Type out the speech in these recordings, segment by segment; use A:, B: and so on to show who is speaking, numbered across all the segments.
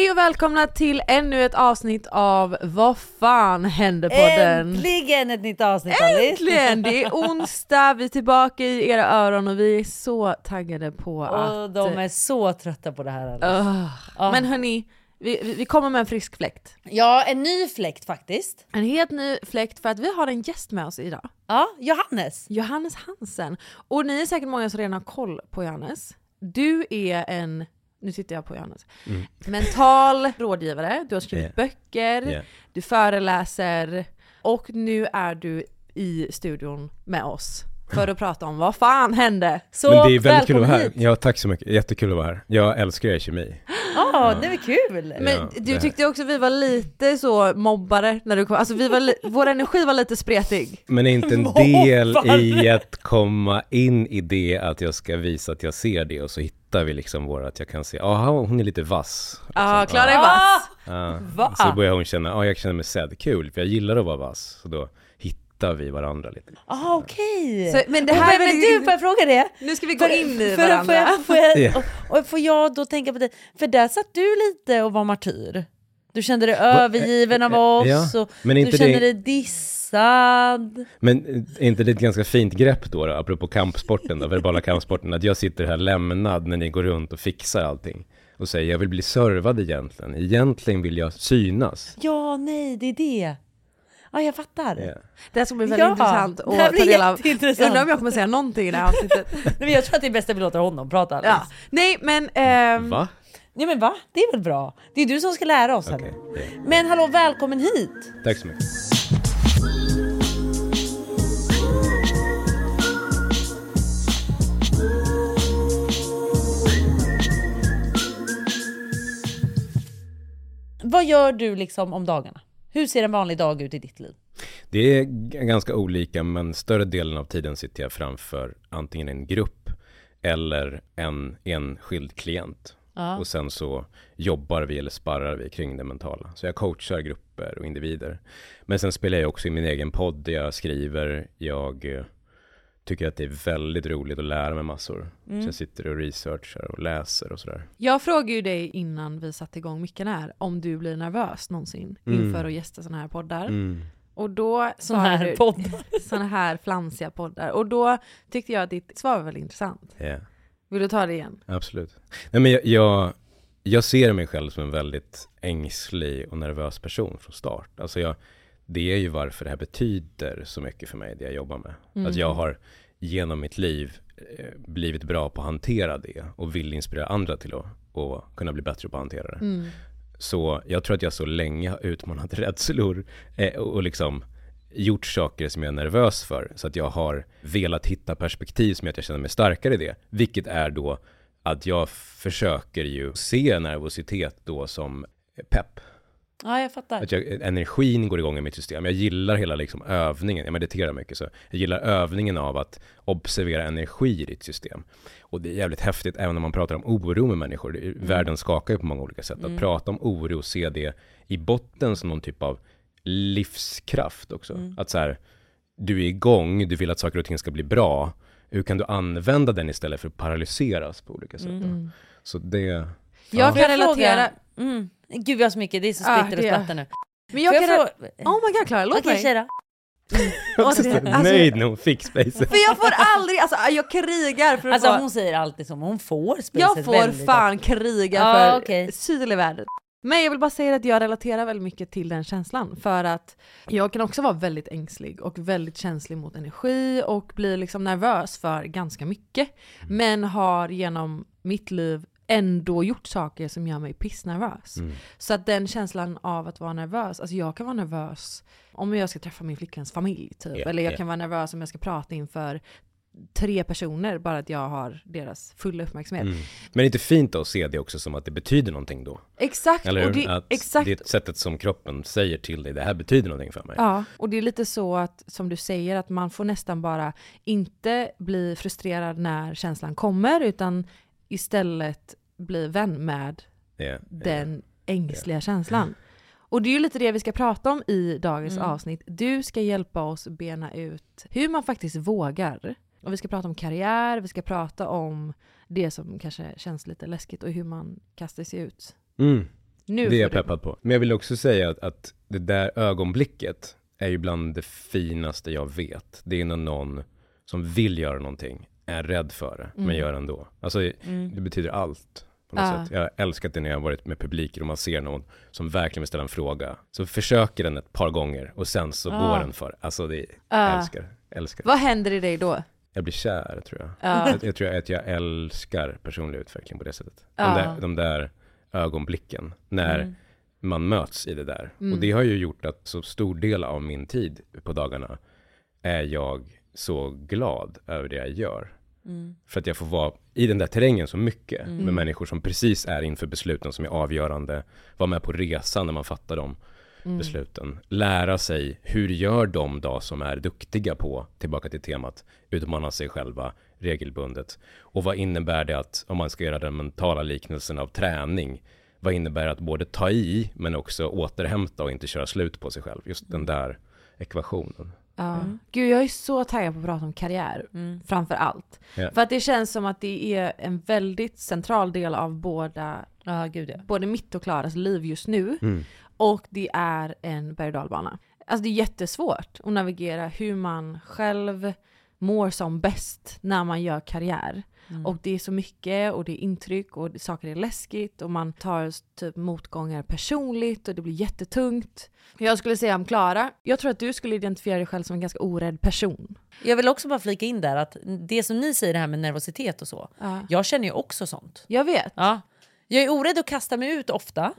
A: Hej och välkomna till ännu ett avsnitt av Vad fan händer podden.
B: Äntligen ett nytt avsnitt, Alice.
A: Äntligen, det är onsdag, vi är tillbaka i era öron och vi är så taggade på
B: Och de är så trötta på det här, Alice.
A: Men hörni, vi kommer med en frisk fläkt.
B: Ja, en ny fläkt faktiskt.
A: En helt ny fläkt för att vi har en gäst med oss idag.
B: Ja, Johannes
A: Hansen. Och ni är säkert många som redan har koll på Johannes. Du är en... Nu tittar jag på Johannes. Mental rådgivare, du har skrivit böcker, du föreläser och nu är du i studion med oss för att prata om vad fan hände.
C: Så men det är väldigt kul att vara här. Ja, tack så mycket. Jättekul att vara här. Jag älskar er kemi.
B: Det var kul.
A: Men du tyckte också vi var lite så mobbare när du kom. Alltså vår energi var lite spretig.
C: Men är inte en del i att komma in i det att jag ska visa att jag ser det och så hittar vi liksom att jag kan se, hon är lite vass.
A: Ja, Klara är vass.
C: Så börjar hon känna, jag känner mig sedd. Kul, för jag gillar att vara vass. Så då hittar vi varandra lite.
B: Okej.
A: Men det här
B: men du, får jag fråga det?
A: Nu ska vi gå in i varandra.
B: Får jag då tänka på det? För där satt du lite och var martyr. Du kände dig övergiven av oss och du kände dig dissad.
C: Men är inte det ett ganska fint grepp då, apropå kampsporten, verbala kampsporten, att jag sitter här lämnad när ni går runt och fixar allting och säger jag vill bli servad egentligen. Egentligen vill jag synas.
B: Ja, nej, det är det. Ja, jag fattar.
C: Yeah.
A: Det ska bli väldigt intressant att ta del av. Jag undrar om jag kommer säga någonting i det här avsnittet.
B: Men jag tror att det är bäst att vi låter honom prata.
A: Ja. Nej, men...
C: Va?
B: Nej, men va? Det är väl bra. Det är du som ska lära oss.
C: Okay.
B: Men hallå, välkommen hit.
C: Tack så mycket.
B: Vad gör du liksom om dagarna? Hur ser en vanlig dag ut i ditt liv?
C: Det är ganska olika, men större delen av tiden sitter jag framför antingen en grupp eller en enskild klient. Ja. Och sen så jobbar vi eller sparrar vi kring det mentala. Så jag coachar grupper och individer. Men sen spelar jag också i min egen podd. Jag skriver, jag tycker att det är väldigt roligt att lära mig massor. Så jag sitter och researchar och läser och sådär.
A: Jag frågade ju dig innan vi satte igång micken här om du blir nervös någonsin inför att gästa såna här poddar. Och då såna här flamsiga poddar. Och då tyckte jag att ditt svar var väldigt intressant.
C: Yeah.
A: Vill du ta det igen?
C: Absolut. Nej, men jag ser mig själv som en väldigt ängslig och nervös person från start. Alltså det är ju varför det här betyder så mycket för mig, det jag jobbar med. Att jag har genom mitt liv blivit bra på att hantera det och vill inspirera andra till att kunna bli bättre på att hantera det. Så jag tror att jag så länge har utmanat rädslor och liksom gjort saker som jag är nervös för, så att jag har velat hitta perspektiv som jag känner mig starkare i det. Vilket är då att jag försöker ju se nervositet då som pepp.
B: Ja, jag fattar.
C: Att energin går igång i mitt system. Jag gillar hela liksom övningen. Jag mediterar mycket, så jag gillar övningen av att observera energi i ditt system. Och det är jävligt häftigt även när man pratar om oro med människor. Världen skakar ju på många olika sätt. Att prata om oro och se det i botten som någon typ av livskraft också. Att så här, du är igång, du vill att saker och ting ska bli bra. Hur kan du använda den istället för att paralyseras på olika sätt? Så det...
A: Jag kan relatera...
B: Gud, jag har så mycket. Det är så splitter och splatter nu.
A: Men jag kan... Oh my god, Klara, låt mig.
B: Okej,
C: nöjd när hon fick spacet.
A: För jag får aldrig, jag krigar för att
B: hon säger alltid som hon får spacet.
A: Jag får fan kriga för syl i världen. Men jag vill bara säga att jag relaterar väldigt mycket till den känslan. För att jag kan också vara väldigt ängslig och väldigt känslig mot energi och blir liksom nervös för ganska mycket. Men har genom mitt liv ändå gjort saker som gör mig pissnervös. Så att den känslan av att vara nervös, alltså jag kan vara nervös om jag ska träffa min flickans familj typ. Eller jag kan vara nervös om jag ska prata inför 3 personer, bara att jag har deras fulla uppmärksamhet. Men
C: det är inte fint att se det också som att det betyder någonting då.
A: Exakt.
C: Eller
A: och
C: det är sättet som kroppen säger till dig, det här betyder någonting för mig.
A: Ja, och det är lite så att, som du säger, att man får nästan bara inte bli frustrerad när känslan kommer, utan istället bli vän med den ängsliga känslan. Och det är ju lite det vi ska prata om i dagens avsnitt. Du ska hjälpa oss bena ut hur man faktiskt vågar. Och vi ska prata om karriär, vi ska prata om det som kanske känns lite läskigt och hur man kastar sig ut Nu
C: det är jag peppad på. Men jag vill också säga att det där ögonblicket är ju bland det finaste jag vet. Det är när någon som vill göra någonting är rädd för det, men gör ändå. Alltså det betyder allt på något sätt. Jag har älskat det när jag har varit med publiker och man ser någon som verkligen vill ställa en fråga. Så försöker den ett par gånger och sen så går den för. Alltså det älskar.
A: Vad händer i dig då?
C: Jag blir kär, tror jag. Jag tror att jag älskar personlig utveckling på det sättet. De där ögonblicken när man möts i det där. Och det har ju gjort att så stor del av min tid på dagarna är jag så glad över det jag gör. För att jag får vara i den där terrängen så mycket med människor som precis är inför besluten som är avgörande. Vara med på resan när man fattar de besluten. Lära sig hur gör de då som är duktiga på, tillbaka till temat, utmana sig själva regelbundet. Och vad innebär det att, om man ska göra den mentala liknelsen av träning, vad innebär det att både ta i men också återhämta och inte köra slut på sig själv? Just den där ekvationen.
A: Gud, jag är så taggad på att prata om karriär framför allt. För att det känns som att det är en väldigt central del av både mitt och Klaras liv just nu. Och det är en berg- och dalbana. Alltså det är jättesvårt att navigera hur man själv mår som bäst när man gör karriär. Och det är så mycket och det är intryck och saker är läskigt och man tar typ motgångar personligt och det blir jättetungt. Jag skulle säga om Klara, jag tror att du skulle identifiera dig själv som en ganska orädd person.
B: Jag vill också bara flika in där att det som ni säger, det här med nervositet och så, jag känner ju också sånt.
A: Jag vet.
B: Ja. Jag är orädd att kasta mig ut ofta,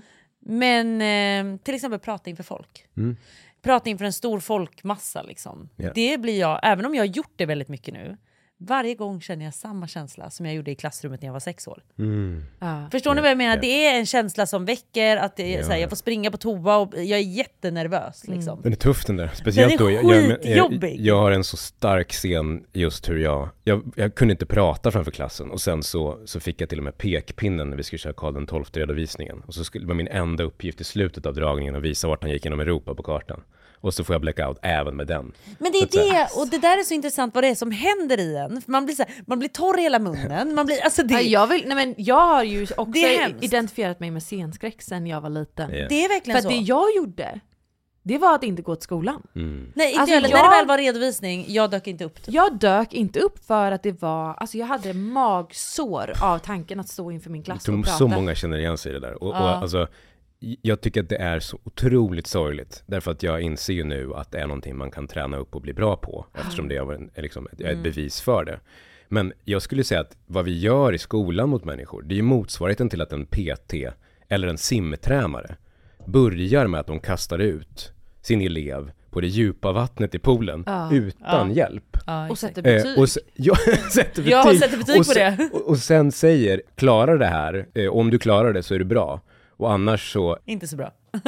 B: men till exempel prata inför folk. Prata inför en stor folkmassa liksom. Det blir jag, även om jag har gjort det väldigt mycket nu, varje gång känner jag samma känsla som jag gjorde i klassrummet när jag var 6 år. Förstår ni vad jag menar? Det är en känsla som väcker att det är, såhär, jag får springa på toa och jag är jättenervös. Liksom.
C: Den är tuff den där. Speciellt
B: den är
C: då. Jag har en så stark scen just hur jag kunde inte prata framför klassen. Och sen så fick jag till och med pekpinnen när vi skulle köra Karl XII-redovisningen. Och så var min enda uppgift i slutet av dragningen att visa vart han gick genom Europa på kartan. Och så får jag blackout även med den.
B: Men det är det, och det där är så intressant vad det är som händer i en. Man blir torr i hela munnen. Man blir, alltså det...
A: jag har ju också identifierat mig med scenskräck sen jag var liten.
B: Det är verkligen så.
A: För att det jag gjorde, det var att inte gå till skolan.
B: Nej, inte alltså, när det väl var redovisning, jag dök inte upp.
A: Jag dök inte upp för att det var, alltså jag hade magsår av tanken att stå inför min klass och prata.
C: Så många känner igen sig i det där. Och alltså, jag tycker att det är så otroligt sorgligt. Därför att jag inser ju nu att det är någonting man kan träna upp och bli bra på. Eftersom det är liksom ett bevis för det. Men jag skulle säga att vad vi gör i skolan mot människor, det är ju motsvarigheten till att en PT eller en simtränare börjar med att de kastar ut sin elev på det djupa vattnet i poolen utan hjälp.
A: Och sätter betyg.
B: Jag har sett betyg på det.
C: Och sen säger, klarar det här, om du klarar det så är du bra. Och annars så...
B: Inte så bra.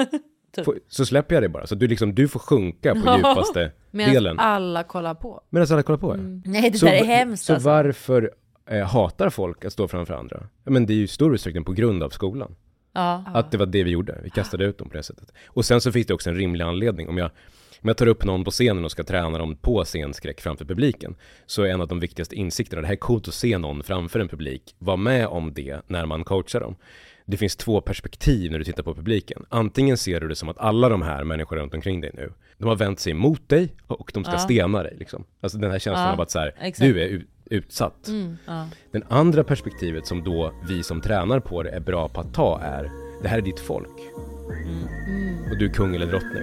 C: Så släpper jag det bara. Så du får sjunka på djupaste delen.
A: Medan alla kollar på.
B: Nej, det där är hemskt.
C: Så varför hatar folk att stå framför andra? Men det är ju i stor utsträckning på grund av skolan. Att det var det vi gjorde. Vi kastade ut dem på det sättet. Och sen så finns det också en rimlig anledning. Om jag tar upp någon på scenen och ska träna dem på scenskräck framför publiken, så är en av de viktigaste insikterna, det här är coolt att se någon framför en publik, var med om det när man coachar dem. Det finns 2 perspektiv när du tittar på publiken. Antingen ser du det som att alla de här människorna runt omkring dig nu, de har vänt sig mot dig och de ska stena dig. Liksom. Alltså den här känslan av att så här, du är utsatt. Den andra perspektivet som då vi som tränar på det är bra på att ta är, det här är ditt folk. Och du är kung eller drottning.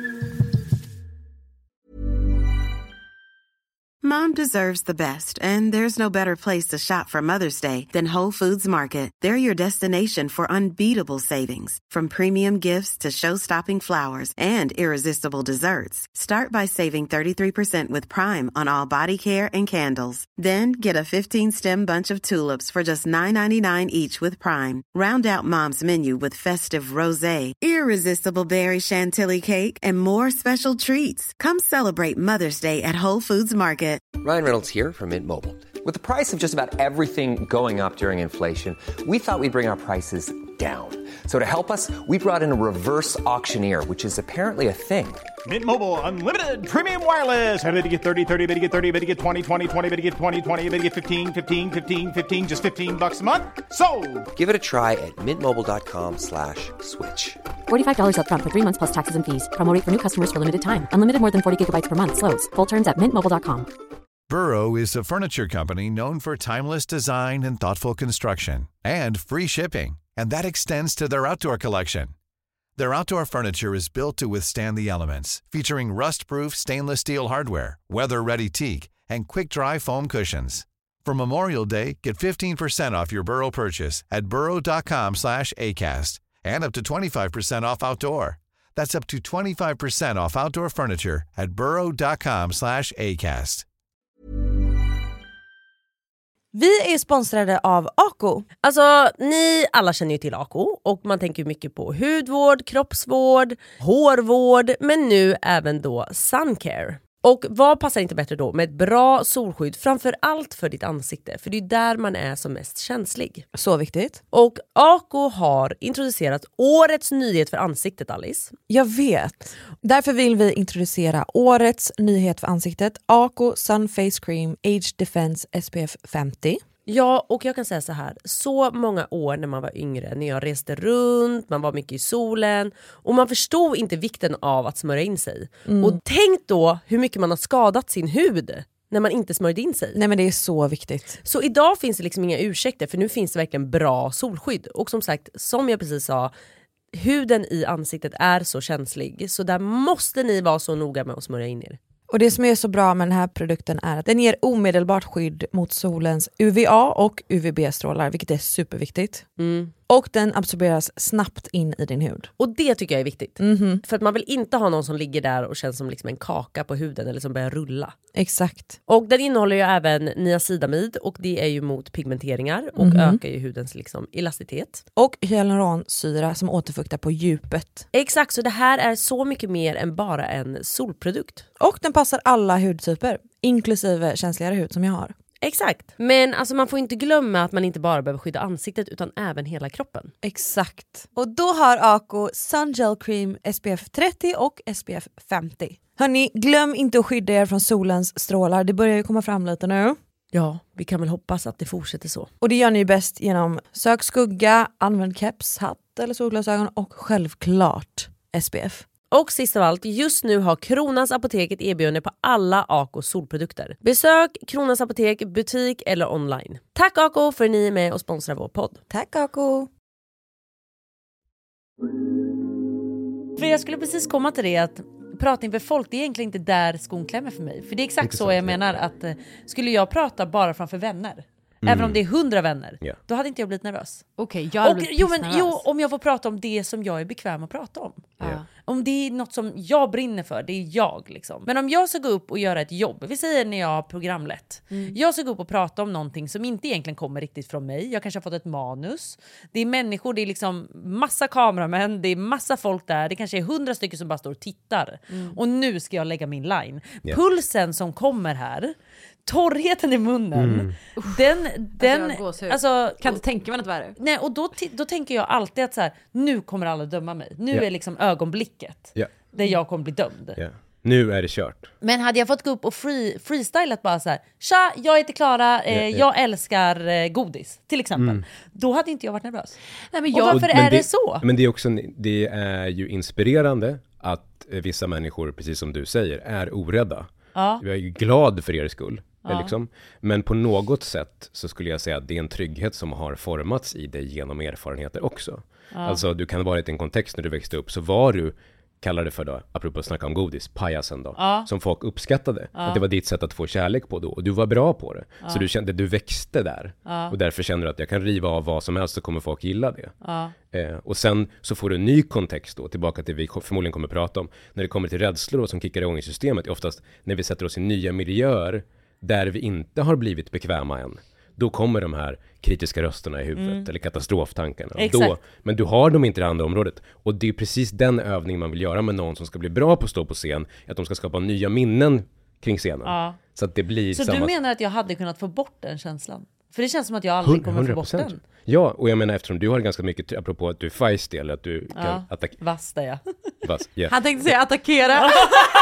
D: Mom deserves the best, and there's no better place to shop for Mother's Day than Whole Foods Market. They're your destination for unbeatable savings, from premium gifts to show-stopping flowers and irresistible desserts. Start by saving 33% with Prime on all body care and candles. Then get a 15-stem bunch of tulips for just $9.99 each with Prime. Round out Mom's menu with festive rosé, irresistible berry chantilly cake, and more special treats. Come celebrate Mother's Day at Whole Foods Market.
E: Ryan Reynolds here from Mint Mobile. With the price of just about everything going up during inflation, we thought we'd bring our prices down. So to help us, we brought in a reverse auctioneer, which is apparently a thing.
F: Mint Mobile Unlimited Premium Wireless. How to get 30, 30, how to get 30, how to get 20, 20, 20, how to get 20, 20, how to get 15, 15, 15, 15, just $15 a month? Sold!
E: Give it a try at mintmobile.com/switch.
G: $45 up front for 3 months plus taxes and fees. Promo rate for new customers for limited time. Unlimited more than 40 gigabytes per month. Slows full terms at mintmobile.com.
H: Burrow is a furniture company known for timeless design and thoughtful construction and free shipping. And that extends to their outdoor collection. Their outdoor furniture is built to withstand the elements, featuring rust-proof stainless steel hardware, weather-ready teak, and quick-dry foam cushions. For Memorial Day, get 15% off your Burrow purchase at burrow.com/acast and up to 25% off outdoor. That's up to 25% off outdoor furniture at burrow.com/acast.
I: Vi är sponsrade av Ako.
B: Alltså, ni alla känner ju till Ako och man tänker mycket på hudvård, kroppsvård, hårvård, men nu även då suncare. Och vad passar inte bättre då med ett bra solskydd, framför allt för ditt ansikte, för det är där man är som mest känslig.
I: Så viktigt.
B: Och Ako har introducerat årets nyhet för ansiktet, Alice.
I: Jag vet. Därför vill vi introducera årets nyhet för ansiktet, Ako Sun Face Cream Age Defense SPF 50.
B: Ja, och jag kan säga så här, så många år när man var yngre, när jag reste runt, man var mycket i solen och man förstod inte vikten av att smörja in sig. Och tänk då hur mycket man har skadat sin hud när man inte smörjde in sig.
I: Nej, men det är så viktigt.
B: Så idag finns det liksom inga ursäkter, för nu finns det verkligen bra solskydd. Och som sagt, som jag precis sa, huden i ansiktet är så känslig, så där måste ni vara så noga med att smörja in er.
I: Och det som är så bra med den här produkten är att den ger omedelbart skydd mot solens UVA och UVB-strålar, vilket är superviktigt. Och den absorberas snabbt in i din hud.
B: Och det tycker jag är viktigt. För att man vill inte ha någon som ligger där och känns som liksom en kaka på huden eller som börjar rulla.
I: Exakt.
B: Och den innehåller ju även niacinamid och det är ju mot pigmenteringar och ökar ju hudens liksom elasticitet.
I: Och hyaluronsyra som återfuktar på djupet.
B: Exakt, så det här är så mycket mer än bara en solprodukt.
I: Och den passar alla hudtyper, inklusive känsligare hud som jag har.
B: Exakt, men alltså man får inte glömma att man inte bara behöver skydda ansiktet utan även hela kroppen.
I: Exakt. Och då har Ako Sun Gel Cream SPF 30 och SPF 50. Hörni, glöm inte att skydda er från solens strålar. Det börjar ju komma fram lite nu.
B: Ja, vi kan väl hoppas att det fortsätter så.
I: Och det gör ni bäst genom sök skugga, använd keps, hatt eller solglasögon och självklart SPF.
B: Och sist av allt, just nu har Kronans Apotek ett erbjudande på alla Ako solprodukter. Besök Kronans Apotek, butik eller online. Tack Ako för att ni är med och sponsrar vår podd.
I: Tack Ako!
B: För jag skulle precis komma till det att prata inför folk, det är egentligen inte där skon klämmer för mig. För det är exakt så jag menar att skulle jag prata bara framför vänner, även om det är 100 vänner, då hade inte jag blivit nervös.
A: Okej, jag hade blivit
B: nervös. Om jag får prata om det som jag är bekväm att prata om. Om det är något som jag brinner för, det är jag liksom. Men om jag ska gå upp och göra ett jobb, vi säger när jag har programlett. Jag ska gå upp och prata om någonting som inte egentligen kommer riktigt från mig. Jag kanske har fått ett manus. Det är människor, det är liksom massa kameramän, det är massa folk där. Det kanske är 100 stycken som bara står och tittar. Och nu ska jag lägga min line. Pulsen som kommer här, torrheten i munnen, den alltså,
A: kan inte tänka mig något värre.
B: Nej, och då tänker jag alltid att så här, nu kommer alla döma mig. Nu är liksom ögonblicket där jag kommer bli dömd.
C: Nu är det kört.
B: Men hade jag fått gå upp och freestylat bara så här: tja, jag heter Klara, jag älskar godis till exempel. Då hade inte jag varit nervös. Nej, men varför är det så?
C: Men det är också, det är ju inspirerande att vissa människor, precis som du säger, är orädda. Jag är ju glad för er skull. Liksom. Men på något sätt så skulle jag säga att det är en trygghet som har formats i dig genom erfarenheter också. Alltså du kan vara i en kontext när du växte upp, så var du, kallar det för då, apropå att snacka om godis, pajasen då, som folk uppskattade. Att det var ditt sätt att få kärlek på då, och du var bra på det. Så du kände, du växte där. Och därför känner du att jag kan riva av vad som helst så kommer folk gilla det. Och sen så får du en ny kontext då, tillbaka till vi förmodligen kommer prata om, när det kommer till rädslor som kickar igång i systemet, oftast när vi sätter oss i nya miljöer där vi inte har blivit bekväma än. Då kommer de här kritiska rösterna i huvudet eller katastroftankarna. Men du har dem inte i det andra området. Och det är precis den övning man vill göra med någon som ska bli bra på att stå på scen. Att de ska skapa nya minnen kring scenen. Så att det blir
B: så
C: samma...
B: du menar att jag hade kunnat få bort den känslan? För det känns som att jag aldrig kommer 100%. Få bort den.
C: Ja, och jag menar eftersom du har ganska mycket, apropå att du är feisty eller att du kan attackera.
B: Vass där
C: Vass, yeah.
A: Han tänkte säga attackera.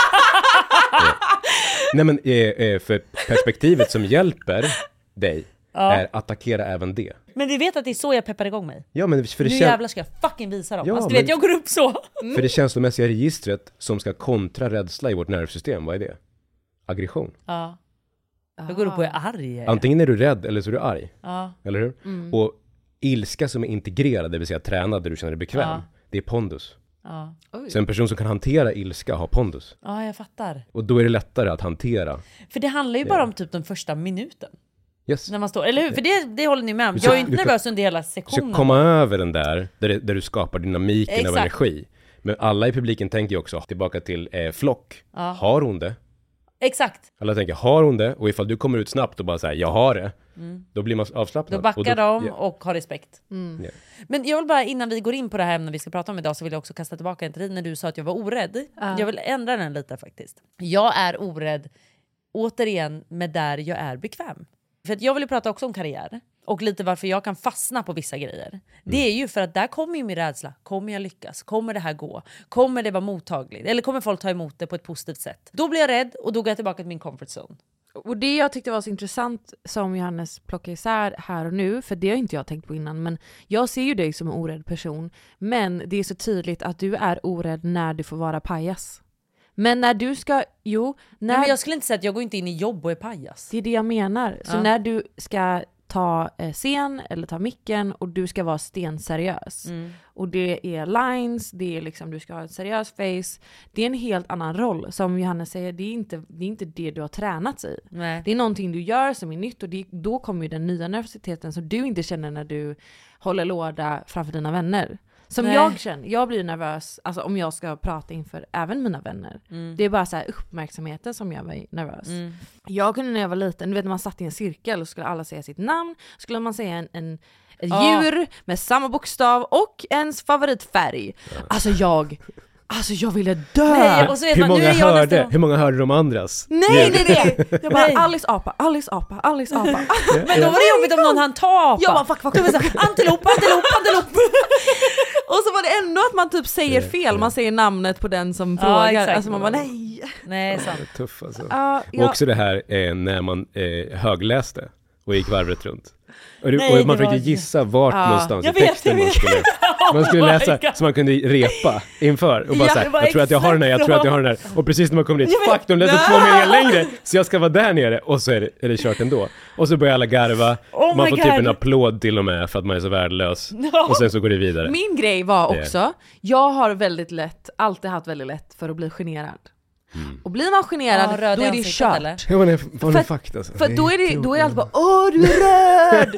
C: Nej men för perspektivet som hjälper dig är attackera även det.
B: Men du vet att det är så jag peppar igång mig.
C: Ja, men för det
B: nu jävlar ska jag fucking visa dem.
C: Ja,
B: alltså, du vet, jag går upp så.
C: För det känslomässiga registret som ska kontra rädsla i vårt nervsystem, vad är det? Aggression.
B: Ja. Jag går upp och är arg.
C: Antingen är du rädd eller så är du arg. Eller hur? Och ilska som är integrerad, det vill säga tränad där du känner dig bekväm, det är pondus. Så en person som kan hantera ilska har pondus.
B: Ja, jag fattar.
C: Och då är det lättare att hantera.
B: För det handlar ju bara om typ den första minuten.
C: Yes.
B: När man står, eller hur? För det håller ni med om. Jag är ju inte nervös under hela sektionen.
C: Du ska komma över den där du skapar dynamiken av energi. Men alla i publiken tänker ju också, tillbaka till flock. Har hon det?
B: Exakt.
C: Alla tänker, har hon det? Och ifall du kommer ut snabbt och bara säger, jag har det. Då blir man avslappnad.
B: Då backar de och har respekt. Men jag vill bara, innan vi går in på det här ämnet vi ska prata om idag, så vill jag också kasta tillbaka en till dig när du sa att jag var orädd. Jag vill ändra den lite faktiskt. Jag är orädd, återigen, med där jag är bekväm. För att jag vill ju prata också om karriär. Och lite varför jag kan fastna på vissa grejer. Det är ju för att där kommer ju min rädsla. Kommer jag lyckas? Kommer det här gå? Kommer det vara mottagligt? Eller kommer folk ta emot det på ett positivt sätt? Då blir jag rädd och då går jag tillbaka till min comfort zone.
A: Och det jag tyckte var så intressant som Johannes plockar isär här och nu, för det har inte jag tänkt på innan, men jag ser ju dig som en orädd person. Men det är så tydligt att du är orädd när du får vara pajas. Men när du ska,
B: Nej, men jag skulle inte säga att jag går inte in i jobb och är pajas.
A: Det är det jag menar. Så när du ska ta scen eller ta micken och du ska vara stenseriös. Och det är lines, det är liksom, du ska ha ett seriös face. Det är en helt annan roll. Som Johannes säger, det är inte det du har tränat i.
B: Nej.
A: Det är någonting du gör som är nytt och då kommer ju den nya nervositeten som du inte känner när du håller låda framför dina vänner. Som jag känner, jag blir nervös alltså om jag ska prata inför även mina vänner. Det är bara så här uppmärksamheten som gör mig nervös. Jag kunde när jag var liten, du vet när man satt i en cirkel och skulle alla säga sitt namn, skulle man säga ett djur med samma bokstav och ens favoritfärg. Alltså jag ville dö.
B: Nej, och så vet
C: Hur många hörde de andras?
A: Nej, det är det. Jag bara, Alice apa.
B: Men då var det jobbigt om någon hann ta apa.
A: Jag bara, fuck.
B: Då var det så, antilop.
A: Och så var det ändå att man typ säger fel. Man säger namnet på den som frågar.
B: Exakt.
A: Alltså man bara, nej.
B: Sant.
C: Det är tuff alltså. Och också det här när man högläste och gick varvet runt. Och man försökte gissa vart någonstans i texten man skulle läsa så man kunde repa inför och bara såhär, jag tror att jag har den här, och precis när man kommer dit, fuck, de läser 2 meningar längre så jag ska vara där nere, och så är det kört ändå, och så börjar alla garva, man får typ en applåd till och med för att man är så värdelös, och sen så går det vidare.
A: Min grej var också, jag har alltid haft väldigt lätt för att bli generad. Och blir man generad, då är det kört. För då är allt bara, du är röd.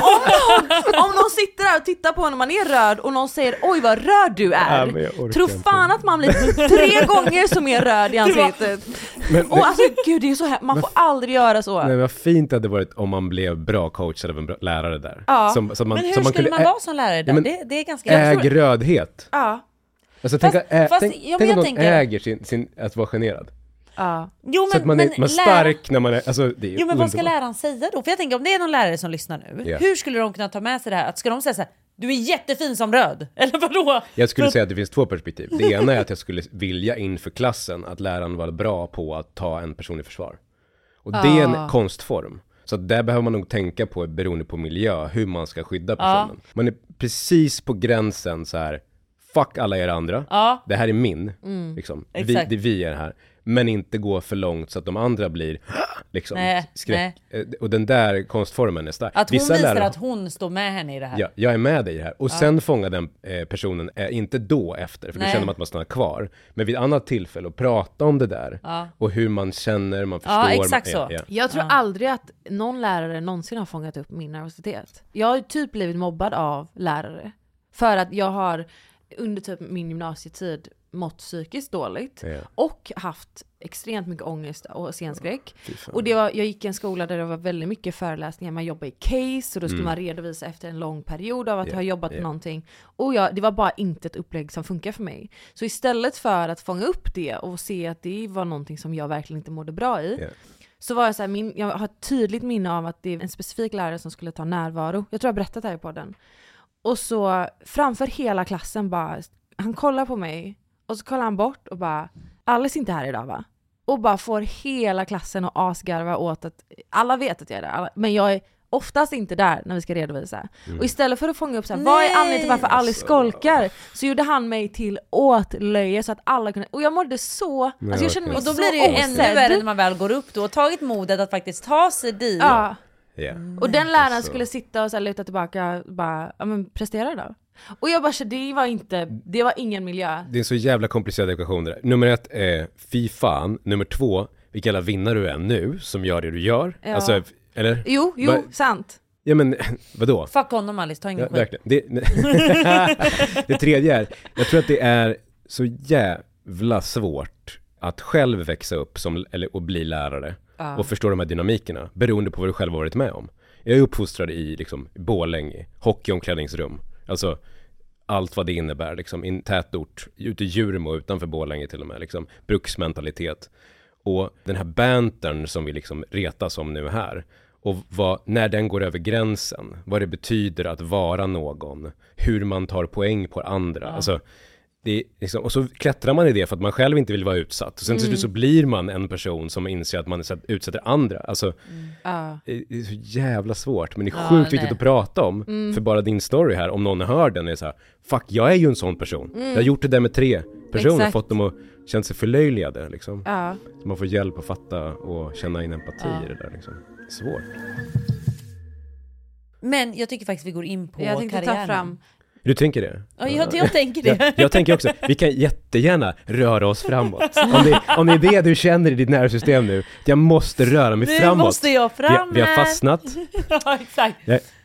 A: om någon sitter där och tittar på när man är röd och någon säger, oj vad röd du är. Tror fan att man blir 3 gånger så mer röd i ansiktet. Och alltså gud, det är så här, man får aldrig göra så.
C: Nej, vad fint det hade varit om man blev bra coach eller en bra lärare där.
B: Ja. Men hur skulle man vara som lärare där? Det är ganska...
C: Ägrödhet.
A: Ja.
C: Alltså, tänk om någon äger sin att vara generad.
B: Jo,
C: så att man är stark när man är... Alltså, det är
B: men vad ska läraren säga då? För jag tänker, om det är någon lärare som lyssnar nu, hur skulle de kunna ta med sig det här? Ska de säga så här, du är jättefin som röd? Eller vadå?
C: Jag skulle säga att det finns 2 perspektiv. Det ena är att jag skulle vilja inför klassen att läraren var bra på att ta en person i försvar. Och det är en konstform. Så där behöver man nog tänka på, beroende på miljö, hur man ska skydda personen. Man är precis på gränsen så här, fuck alla er andra. Det här är min. Liksom. Vi är här. Men inte gå för långt så att de andra blir liksom skräck. Och den där konstformen är stark.
B: Att hon visar att hon står med henne i det här.
C: Ja, jag är med dig i det här. Och sen fånga den personen, inte då efter. För då känner man att man stannar kvar. Men vid annat tillfälle och prata om det där. Och hur man känner, man förstår.
B: Ja, exakt så.
A: Jag tror aldrig att någon lärare någonsin har fångat upp min nervositet. Jag har typ blivit mobbad av lärare. För att jag har under typ min gymnasietid mått psykiskt dåligt och haft extremt mycket ångest och scenskräck. Och jag gick i en skola där det var väldigt mycket föreläsningar, man jobbade i case och då skulle man redovisa efter en lång period av att ha jobbat med någonting. Och det var bara inte ett upplägg som funkar för mig. Så istället för att fånga upp det och se att det var någonting som jag verkligen inte mådde bra i, så var jag så här, jag har ett tydligt minne av att det är en specifik lärare som skulle ta närvaro. Jag tror jag berättat det här i podden. Och så framför hela klassen bara, han kollar på mig och så kollar han bort och bara, Alice är inte här idag va? Och bara får hela klassen att asgarva åt att alla vet att jag är där, men jag är oftast inte där när vi ska redovisa. Och istället för att fånga upp så här, vad är anledningen till varför Alice skolkar, så gjorde han mig till åtlöje så att alla kunde, och jag mådde så, alltså jag kände mig,
B: och då blir det ju ännu värre när man väl går upp då och tagit modet att faktiskt ta sig dit.
A: Ja. Och den läraren skulle sitta och så här, luta tillbaka och bara, ja men prestera då. Och jag bara, det var ingen miljö.
C: Det är en så jävla komplicerad ekvation där. Nummer 1 är fy fan. Nummer 2, vilka alla vinnare du är nu som gör det du gör.
A: Ja.
C: Alltså, eller?
A: Jo, sant.
C: Ja men, vadå?
B: Fuck honom Alice, ta ingen skit.
C: Verkligen. Det tredje är, jag tror att det är så jävla svårt att själv växa upp och bli lärare. Och förstå de här dynamikerna, beroende på vad du själv har varit med om. Jag är uppfostrad i liksom, Borlänge, hockeyomklädningsrum. Alltså allt vad det innebär, liksom, i en tätort, ute i Djurmo, utanför Borlänge till och med, liksom, bruksmentalitet. Och den här bantern som vi liksom retas om nu här, och när den går över gränsen, vad det betyder att vara någon, hur man tar poäng på andra, alltså det är liksom, och så klättrar man i det för att man själv inte vill vara utsatt. Och sen till slut så blir man en person som inser att man utsätter andra. Alltså, det är så jävla svårt. Men det är sjukt viktigt att prata om. För bara din story här, om någon hör den, är så här, fuck, jag är ju en sån person. Jag har gjort det där med 3 personer, fått dem att känna sig förlöjligade. Liksom. Så man får hjälp att fatta och känna in empati i det där. Liksom. Svårt.
B: Men jag tycker faktiskt vi går in på karriären.
A: Jag tänkte ta fram.
C: Du tänker det?
B: Ja, jag tänker det.
C: Jag tänker också, vi kan jättegärna röra oss framåt. Om det är det du känner i ditt nervsystem nu, jag måste röra mig framåt.
B: Nu måste jag fram.
C: Vi har fastnat.
B: Ja, exakt.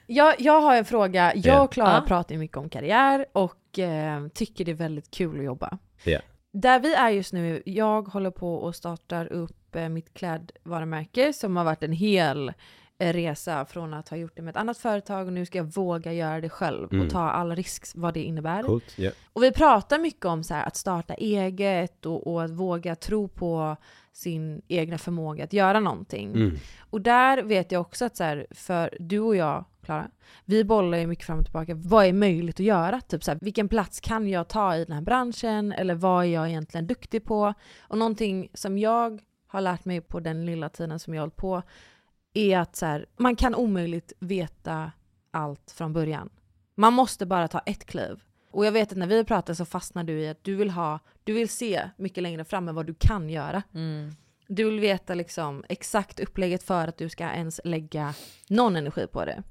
A: Jag har en fråga. Jag och Klara pratar ju mycket om karriär och tycker det är väldigt kul att jobba. Där vi är just nu, jag håller på och startar upp mitt klädvarumärke som har varit en hel resa från att ha gjort det med ett annat företag, och nu ska jag våga göra det själv och ta all risk vad det innebär.
C: Coolt, yeah.
A: Och vi pratar mycket om så här, att starta eget och att våga tro på sin egna förmåga att göra någonting. Och där vet jag också att så här, för du och jag, Klara, vi bollar ju mycket fram och tillbaka. Vad är möjligt att göra? Typ så här, vilken plats kan jag ta i den här branschen? Eller vad är jag egentligen duktig på? Och någonting som jag har lärt mig på den lilla tiden som jag har hållit på är att så här, man kan omöjligt veta allt från början. Man måste bara ta ett kliv. Och jag vet att när vi pratar så fastnar du i att du vill se mycket längre fram än vad du kan göra. Du vill veta liksom exakt upplägget för att du ska ens lägga någon energi på det.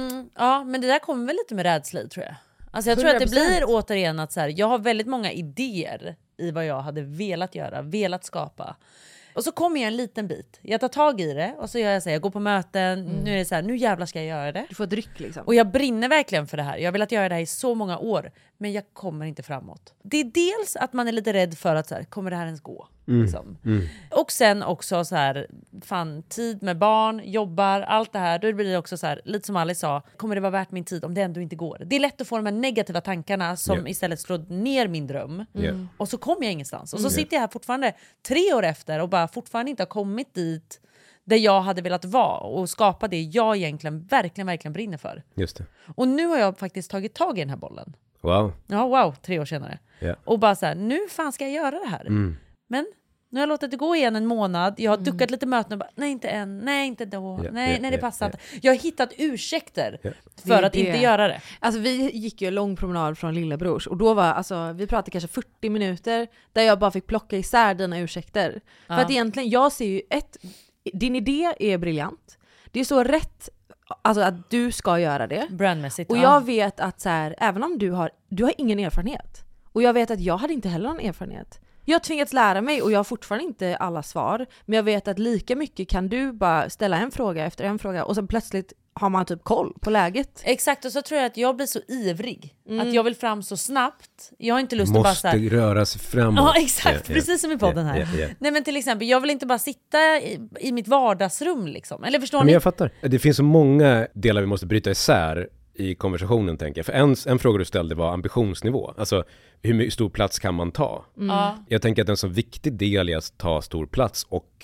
B: Ja, men det där kommer väl lite med rädsla, tror jag. Alltså jag tror 100%. Att det blir återigen att så här, jag har väldigt många idéer i vad jag hade velat göra, velat skapa. Och så kommer jag en liten bit. Jag tar tag i det och så gör jag så här, jag går på möten, nu är det så här, nu jävlar ska jag göra det.
A: Du får ett ryck liksom.
B: Och jag brinner verkligen för det här. Jag har velat göra det här i så många år, men jag kommer inte framåt. Det är dels att man är lite rädd för att så här, kommer det här ens gå? Liksom. Och sen också så här, fan, tid med barn, jobbar, allt det här. Då blir det också så här, lite som Alice sa, kommer det vara värt min tid om det ändå inte går? Det är lätt att få de här negativa tankarna som istället slår ner min dröm. Och så kommer jag ingenstans. Och så sitter jag här fortfarande 3 år efter och bara fortfarande inte har kommit dit där jag hade velat vara och skapa det jag egentligen verkligen brinner för.
C: Just det.
B: Och nu har jag faktiskt tagit tag i den här bollen.
C: Wow.
B: Ja, wow, 3 år senare. Och bara så här, nu fan ska jag göra det här. Men nu har jag låtit det gå igen en månad. Jag har duckat lite möten och bara, nej inte än, nej inte då, nej det passar inte. Jag har hittat ursäkter för att inte göra det.
A: Alltså vi gick ju en lång promenad från Lillebrors och då var, alltså vi pratade kanske 40 minuter där jag bara fick plocka isär dina ursäkter. För att egentligen, jag ser ju din idé är briljant. Det är så rätt, alltså att du ska göra det.
B: Brandmässigt.
A: Och jag vet att så här, även om du har ingen erfarenhet. Och jag vet att jag hade inte heller någon erfarenhet. Jag har tvingats lära mig och jag har fortfarande inte alla svar. Men jag vet att lika mycket kan du bara ställa en fråga efter en fråga och sen plötsligt har man typ koll på läget.
B: Exakt, och så tror jag att jag blir så ivrig. Att jag vill fram så snabbt. Jag har inte lust att bara så här,
C: måste röra sig framåt.
B: Ja, exakt. Precis som i podden här. Nej, men till exempel, jag vill inte bara sitta i mitt vardagsrum liksom. Eller förstår ni?
C: Men jag fattar. Det finns så många delar vi måste bryta isär i konversationen, tänker jag. För en fråga du ställde var ambitionsnivå. Alltså, hur stor plats kan man ta? Jag tänker att en så viktig del är att ta stor plats och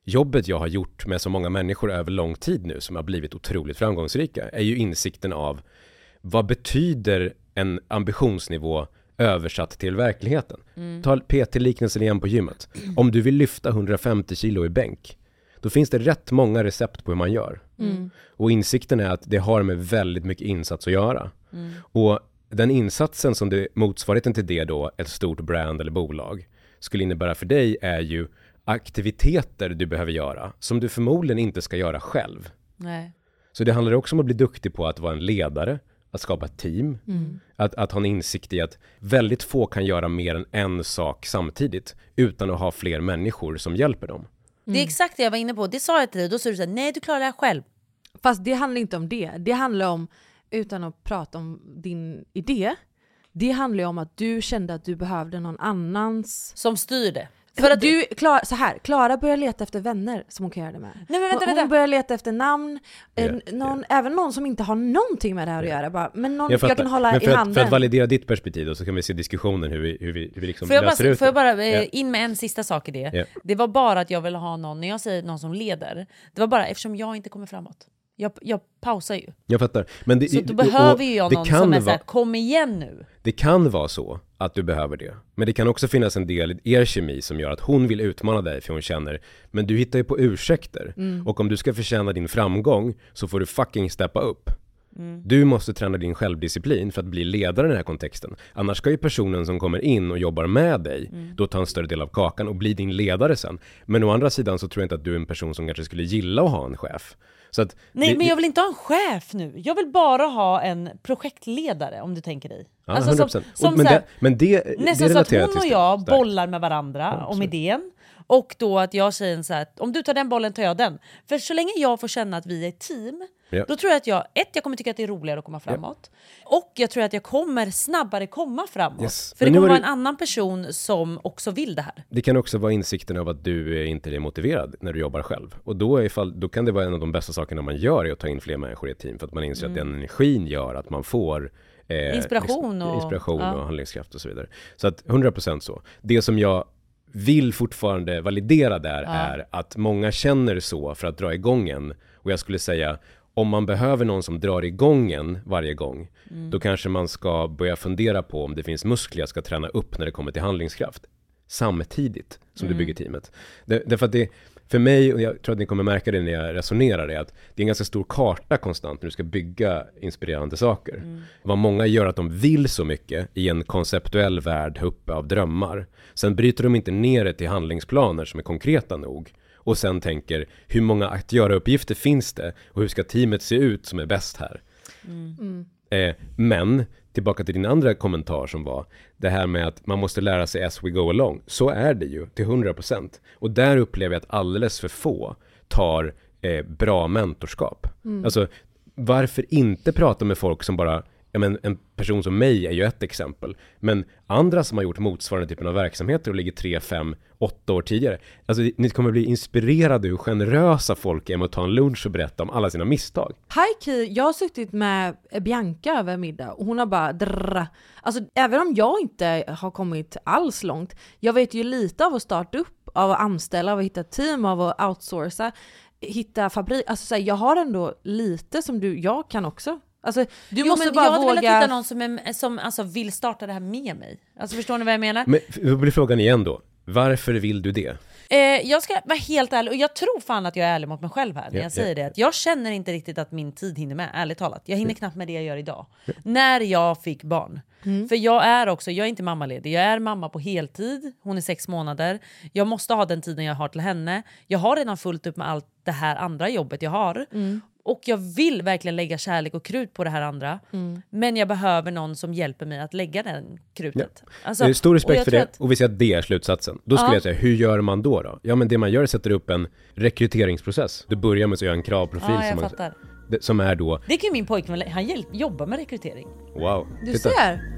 C: jobbet jag har gjort med så många människor över lång tid nu som har blivit otroligt framgångsrika är ju insikten av vad betyder en ambitionsnivå översatt till verkligheten. Ta PT-liknelsen igen på gymmet. Om du vill lyfta 150 kilo i bänk, då finns det rätt många recept på hur man gör. Och insikten är att det har med väldigt mycket insats att göra. Och den insatsen som det motsvarigheten till det då, ett stort brand eller bolag, skulle innebära för dig är ju aktiviteter du behöver göra som du förmodligen inte ska göra själv.
B: Nej.
C: Så det handlar också om att bli duktig på att vara en ledare, att skapa ett team, att ha en insikt i att väldigt få kan göra mer än en sak samtidigt utan att ha fler människor som hjälper dem.
B: Det är exakt det jag var inne på. Det sa jag till dig. Då sa du så här, nej du klarar det här själv.
A: Fast det handlar inte om det. Det handlar om, utan att prata om din idé, det handlar om att du kände att du behövde någon annans
B: som styr det.
A: För att du, Klara börjar leta efter vänner som hon kan göra det med.
B: Nej, men vänta.
A: Hon börjar leta efter namn, även någon som inte har någonting med det här att göra. Bara, men någon jag kan hålla i handen.
C: För att validera ditt perspektiv då, så kan vi se diskussionen hur vi liksom löser ut det.
B: Får jag bara in med en sista sak i det? Yeah. Det var bara att jag ville ha någon, när jag säger någon som leder, det var bara eftersom jag inte kommer framåt. Jag pausar ju.
C: Jag fattar. Men
B: så då behöver ju jag någon som är såhär, kom igen nu.
C: Det kan vara så att du behöver det. Men det kan också finnas en del i er kemi som gör att hon vill utmana dig för hon känner, men du hittar ju på ursäkter. Och om du ska förtjäna din framgång så får du fucking steppa upp. Du måste träna din självdisciplin för att bli ledare i den här kontexten. Annars ska ju personen som kommer in och jobbar med dig då ta en större del av kakan och bli din ledare sen. Men å andra sidan så tror jag inte att du är en person som kanske skulle gilla att ha en chef. Så att
B: men jag vill inte ha en chef nu. Jag vill bara ha en projektledare, om du tänker dig.
C: Ja, alltså 100%.
B: Nästan så att hon och jag bollar med varandra om idén. Och då att jag säger så här, om du tar den bollen tar jag den. För så länge jag får känna att vi är ett team, då tror jag att jag kommer tycka att det är roligare att komma framåt. Och jag tror att jag kommer snabbare komma framåt. För det kommer vara en annan person som också vill det här.
C: Det kan också vara insikten av att du inte är motiverad när du jobbar själv. Och då kan det vara en av de bästa sakerna man gör är att ta in fler människor i ett team. För att man inser att den energin gör att man får
B: inspiration och
C: handlingskraft och så vidare. Så att 100% så. Det som jag vill fortfarande validera där är att många känner så för att dra igång en. Och jag skulle säga, om man behöver någon som drar igång en varje gång, då kanske man ska börja fundera på om det finns muskler jag ska träna upp när det kommer till handlingskraft. Samtidigt som du bygger teamet. Därför att det, för mig, och jag tror att ni kommer märka det när jag resonerar, är att det är en ganska stor karta konstant när du ska bygga inspirerande saker. Vad många gör att de vill så mycket i en konceptuell värld uppe av drömmar. Sen bryter de inte ner det till handlingsplaner som är konkreta nog. Och sen tänker, hur många att göra-uppgifter finns det? Och hur ska teamet se ut som är bäst här? Men, tillbaka till din andra kommentar som var det här med att man måste lära sig as we go along. Så är det ju, till 100%. Och där upplever jag att alldeles för få tar bra mentorskap. Alltså, varför inte prata med folk som bara, en person som mig är ju ett exempel. Men andra som har gjort motsvarande typen av verksamheter och ligger 3, 5, 8 år tidigare. Alltså ni kommer bli inspirerade hur generösa folk är med att ta en lunch och berätta om alla sina misstag.
A: Ki, jag har suttit med Bianca över middag och hon har bara alltså även om jag inte har kommit alls långt, jag vet ju lite av att starta upp, av att anställa, av att hitta team, av att outsourca, hitta fabrik. Alltså så här, jag har ändå lite som jag kan också. Alltså, du måste bara
B: jag
A: våga...
B: hade velat hitta någon som alltså, vill starta det här med mig. Alltså förstår ni vad jag menar?
C: Men hur blir frågan igen då? Varför vill du det?
B: Jag ska vara helt ärlig, och jag tror fan att jag är ärlig mot mig själv här när jag säger det. Att jag känner inte riktigt att min tid hinner med, ärligt talat. Jag hinner knappt med det jag gör idag. När jag fick barn. För jag är inte mammaledig. Jag är mamma på heltid. Hon är 6 månader. Jag måste ha den tiden jag har till henne. Jag har redan fullt upp med allt det här andra jobbet jag har. Och jag vill verkligen lägga kärlek och krut på det här andra. Men jag behöver någon som hjälper mig att lägga den krutet. Alltså,
C: stor respekt för det. Och vi ser att det är slutsatsen. Då skulle jag säga, hur gör man då? Ja, men det man gör är att sätta upp en rekryteringsprocess. Du börjar med att göra en kravprofil som är då...
B: Det kan ju min pojkvän, han jobbar med rekrytering.
C: Wow.
A: Du ser.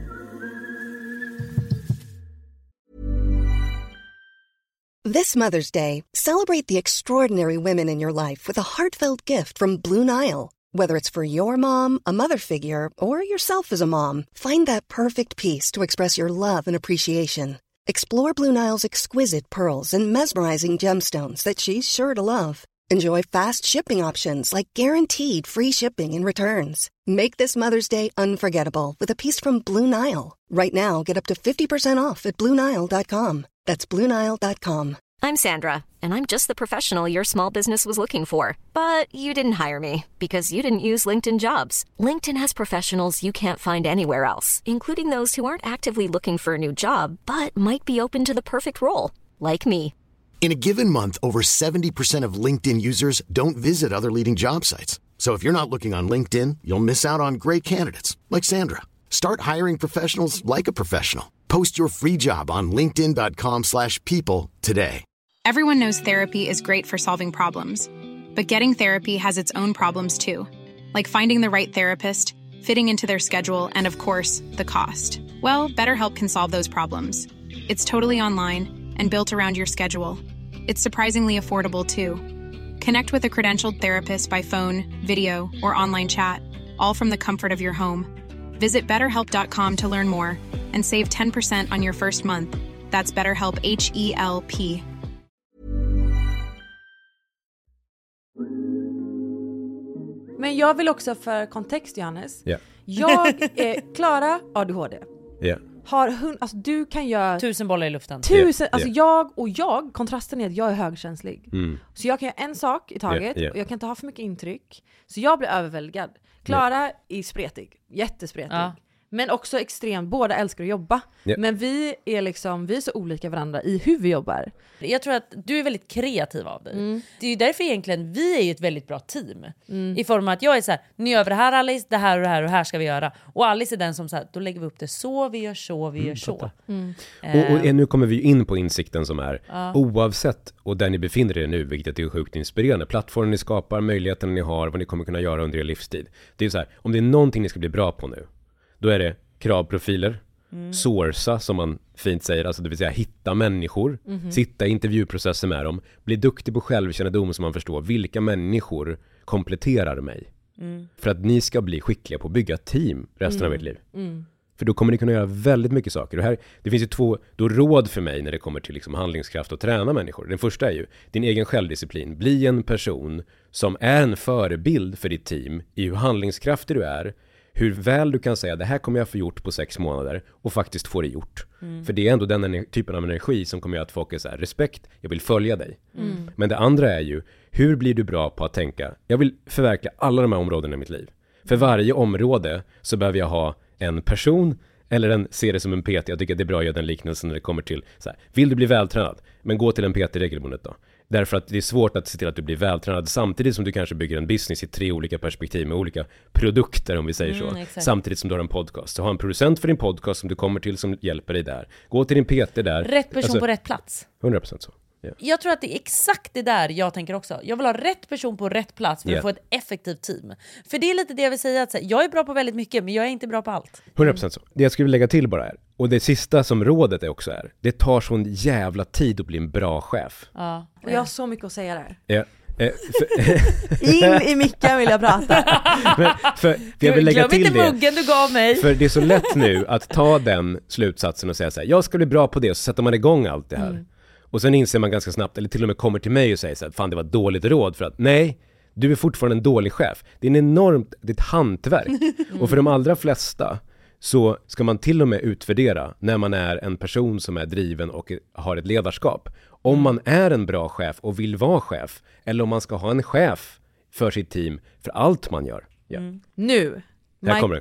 J: This Mother's Day, celebrate the extraordinary women in your life with a heartfelt gift from Blue Nile. Whether it's for your mom, a mother figure, or yourself as a mom, find that perfect piece to express your love and appreciation. Explore Blue Nile's exquisite pearls and mesmerizing gemstones that she's sure to love. Enjoy fast shipping options like guaranteed free shipping and returns. Make this Mother's Day unforgettable with a piece from Blue Nile. Right now, get up to 50% off at BlueNile.com. That's BlueNile.com.
K: I'm Sandra, and I'm just the professional your small business was looking for. But you didn't hire me because you didn't use LinkedIn Jobs. LinkedIn has professionals you can't find anywhere else, including those who aren't actively looking for a new job, but might be open to the perfect role, like me.
L: In a given month, over 70% of LinkedIn users don't visit other leading job sites. So if you're not looking on LinkedIn, you'll miss out on great candidates like Sandra. Start hiring professionals like a professional. Post your free job on linkedin.com/people today.
M: Everyone knows therapy is great for solving problems, but getting therapy has its own problems too, like finding the right therapist, fitting into their schedule, and of course, the cost. Well, BetterHelp can solve those problems. It's totally online and built around your schedule. It's surprisingly affordable too. Connect with a credentialed therapist by phone, video, or online chat, all from the comfort of your home. Visit BetterHelp.com to learn more and save 10% on your first month. That's BetterHelp, H-E-L-P.
A: Men jag vill också för kontext, Johannes.
C: Yeah.
A: Jag är Klara ADHD.
C: Yeah.
A: Alltså du kan göra
B: 1000 bollar i luften.
A: 1000, alltså jag, kontrasten är att jag är högkänslig. Så jag kan göra en sak i taget och jag kan inte ha för mycket intryck. Så jag blir överväldigad. Klara är spretig, jättespretig. Ja. Men också extremt, båda älskar att jobba. Men vi är så olika varandra i hur vi jobbar.
B: Jag tror att du är väldigt kreativ av dig. Det är ju därför egentligen vi är ju ett väldigt bra team. I form av att jag är så här, ni gör det här Alice, det här och det här och här ska vi göra. Och Alice är den som så här, då lägger vi upp det så, vi gör så, vi gör så.
C: Och nu kommer vi in på insikten som är oavsett och där ni befinner er nu, vilket är sjukt inspirerande. Plattformen ni skapar, möjligheterna ni har, vad ni kommer kunna göra under er livstid. Det är så här, om det är någonting ni ska bli bra på nu, då är det kravprofiler, sourca som man fint säger, alltså det vill säga hitta människor, sitta i intervjuprocesser med dem, bli duktig på självkännedom så man förstår vilka människor kompletterar mig. För att ni ska bli skickliga på att bygga team resten av ert liv. För då kommer ni kunna göra väldigt mycket saker. Och här, det finns ju 2 råd för mig när det kommer till liksom handlingskraft och träna människor. Den första är ju din egen självdisciplin. Bli en person som är en förebild för ditt team i hur handlingskraftig du är. Hur väl du kan säga det här kommer jag få gjort på 6 månader och faktiskt få det gjort. För det är ändå den typen av energi som kommer göra att folk är så här, respekt, jag vill följa dig. Men det andra är ju, hur blir du bra på att tänka, jag vill förverkliga alla de här områdena i mitt liv. För varje område så behöver jag ha en person eller se det som en PT. Jag tycker att det är bra att göra den liknelsen när det kommer till så här, vill du bli vältränad? Men gå till en PT regelbundet då. Därför att det är svårt att se till att du blir vältränad samtidigt som du kanske bygger en business i 3 olika perspektiv med olika produkter om vi säger så.
B: Exakt.
C: Samtidigt som du har en podcast. Så ha en producent för din podcast som du kommer till som hjälper dig där. Gå till din PT där.
B: Rätt person på rätt plats.
C: 100% så. Yeah.
B: Jag tror att det är exakt det där jag tänker också. Jag vill ha rätt person på rätt plats för att få ett effektivt team. För det är lite det jag vill säga, att jag är bra på väldigt mycket men jag är inte bra på allt.
C: 100% så. Det jag skulle lägga till bara är, och det sista som rådet är också är, det tar sån jävla tid att bli en bra chef.
A: Ja. Och jag har så mycket att säga där.
C: Ja.
A: In i micken vill jag prata.
C: för jag vill lägga till
B: inte muggen du gav mig.
C: För det är så lätt nu att ta den slutsatsen och säga så här, jag ska bli bra på det, och så sätter man igång allt det här. Och sen inser man ganska snabbt, eller till och med kommer till mig och säger så här, fan det var ett dåligt råd, för att nej, du är fortfarande en dålig chef. Det är ett hantverk. Och för de allra flesta så ska man till och med utvärdera när man är en person som är driven och har ett ledarskap. Om man är en bra chef och vill vara chef, eller om man ska ha en chef för sitt team för allt man gör. Ja.
A: Nu.
C: Här kommer det.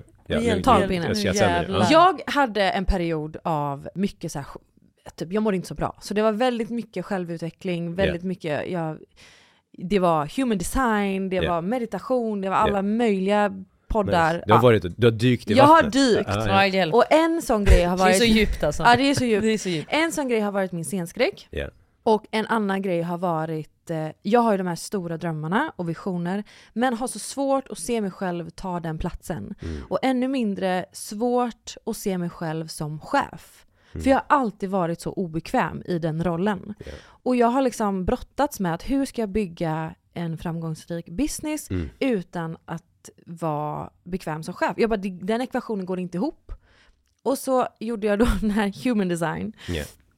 A: Jag hade en period av mycket så här, typ, jag mådde inte så bra. Så det var väldigt mycket självutveckling, väldigt mycket, det var human design, det var meditation, det var alla möjliga poddar.
C: Nice. Du har dykt i
A: vattnet. Jag har dykt. Och en sån grej har varit...
B: Det är så djupt alltså.
A: Ja, det är så djupt. En sån grej har varit min scenskräck. Och en annan grej har varit, jag har ju de här stora drömmarna och visioner, men har så svårt att se mig själv ta den platsen. Och ännu mindre svårt att se mig själv som chef. För jag har alltid varit så obekväm i den rollen. Och jag har liksom brottats med att hur ska jag bygga en framgångsrik business utan att vara bekväm som chef. Jag bara, den ekvationen går inte ihop. Och så gjorde jag då den här human design.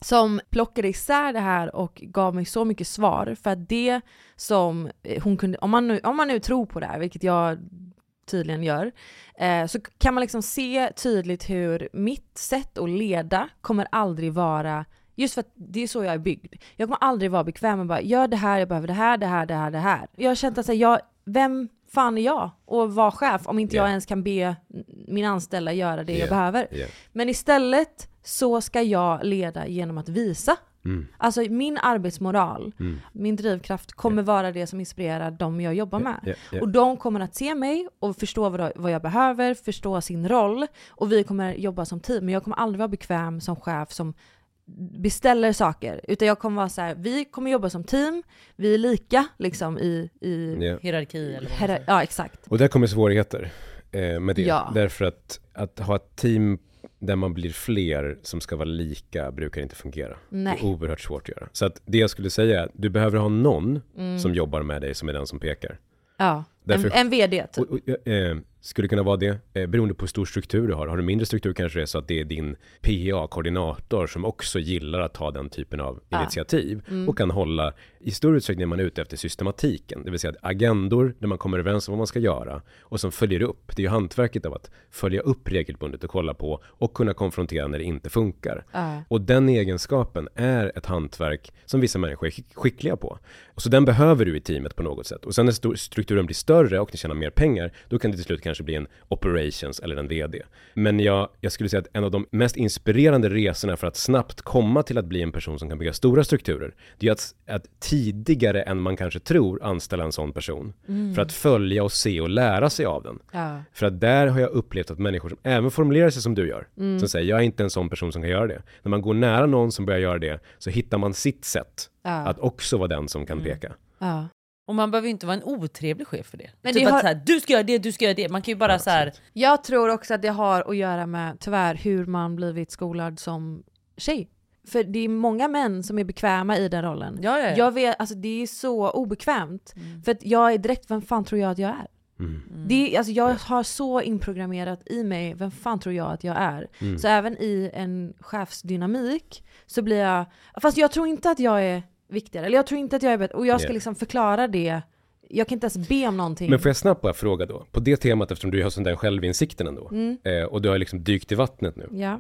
A: som plockade isär det här och gav mig så mycket svar. För att det som hon kunde, om man nu tror på det här, vilket jag tydligen gör, så kan man liksom se tydligt hur mitt sätt att leda kommer aldrig vara, just för att det är så jag är byggd. Jag kommer aldrig vara bekväm med bara, gör det här, jag behöver det här. Jag har känt att vem fan är jag och vara chef om inte jag ens kan be min anställda göra det jag behöver. Men istället så ska jag leda genom att visa. Alltså min arbetsmoral, min drivkraft kommer vara det som inspirerar dem jag jobbar med. Och de kommer att se mig och förstå vad jag behöver, förstå sin roll, och vi kommer jobba som team. Men jag kommer aldrig vara bekväm som chef som beställer saker, utan jag kommer vara så här: vi kommer jobba som team, vi är lika liksom i
B: hierarki eller
A: ja, exakt.
C: Och där kommer svårigheter med det. Därför att ha ett team där man blir fler som ska vara lika brukar inte fungera.
A: Nej.
C: Det är oerhört svårt att göra. Så att det jag skulle säga är, du behöver ha någon som jobbar med dig som är den som pekar.
A: Ja, en vd typ.
C: Skulle kunna vara det, beroende på hur stor struktur du har. Har du mindre struktur kanske det är så att det är din PA-koordinator som också gillar att ta den typen av initiativ och kan hålla, i stor utsträckning man är ute efter systematiken, det vill säga agendor där man kommer överens om vad man ska göra och som följer upp. Det är ju hantverket av att följa upp regelbundet och kolla på och kunna konfrontera när det inte funkar. Och den egenskapen är ett hantverk som vissa människor är skickliga på. Och så den behöver du i teamet på något sätt. Och sen när strukturen blir större och ni tjänar mer pengar, då kan det till slut kanske bli en operations eller en vd. Men jag skulle säga att en av de mest inspirerande resorna för att snabbt komma till att bli en person som kan bygga stora strukturer, det är att tidigare än man kanske tror anställa en sån person. För att följa och se och lära sig av den. För att där har jag upplevt att människor som även formulerar sig som du gör, som säger, jag är inte en sån person som kan göra det. När man går nära någon som börjar göra det, så hittar man sitt sätt att också vara den som kan peka.
B: Och man behöver ju inte vara en otrevlig chef för det. Men typ att så här, du ska göra det. Man kan ju bara så här.
A: Jag tror också att det har att göra med, tyvärr, hur man blivit skolad som tjej. För det är många män som är bekväma i den rollen. Jag vet, alltså det är så obekvämt. För att jag är direkt, vem fan tror jag att jag är? Det är, alltså jag har så inprogrammerat i mig, vem fan tror jag att jag är? Så även i en chefsdynamik så blir jag, fast jag tror inte att jag är viktigare, eller jag tror inte att jag är bättre, och jag ska liksom förklara det. Jag kan inte ens be om någonting.
C: Men får jag snabbt bara fråga då, på det temat, eftersom du har sån där självinsikten ändå, och du har liksom dykt i vattnet nu.
A: Ja.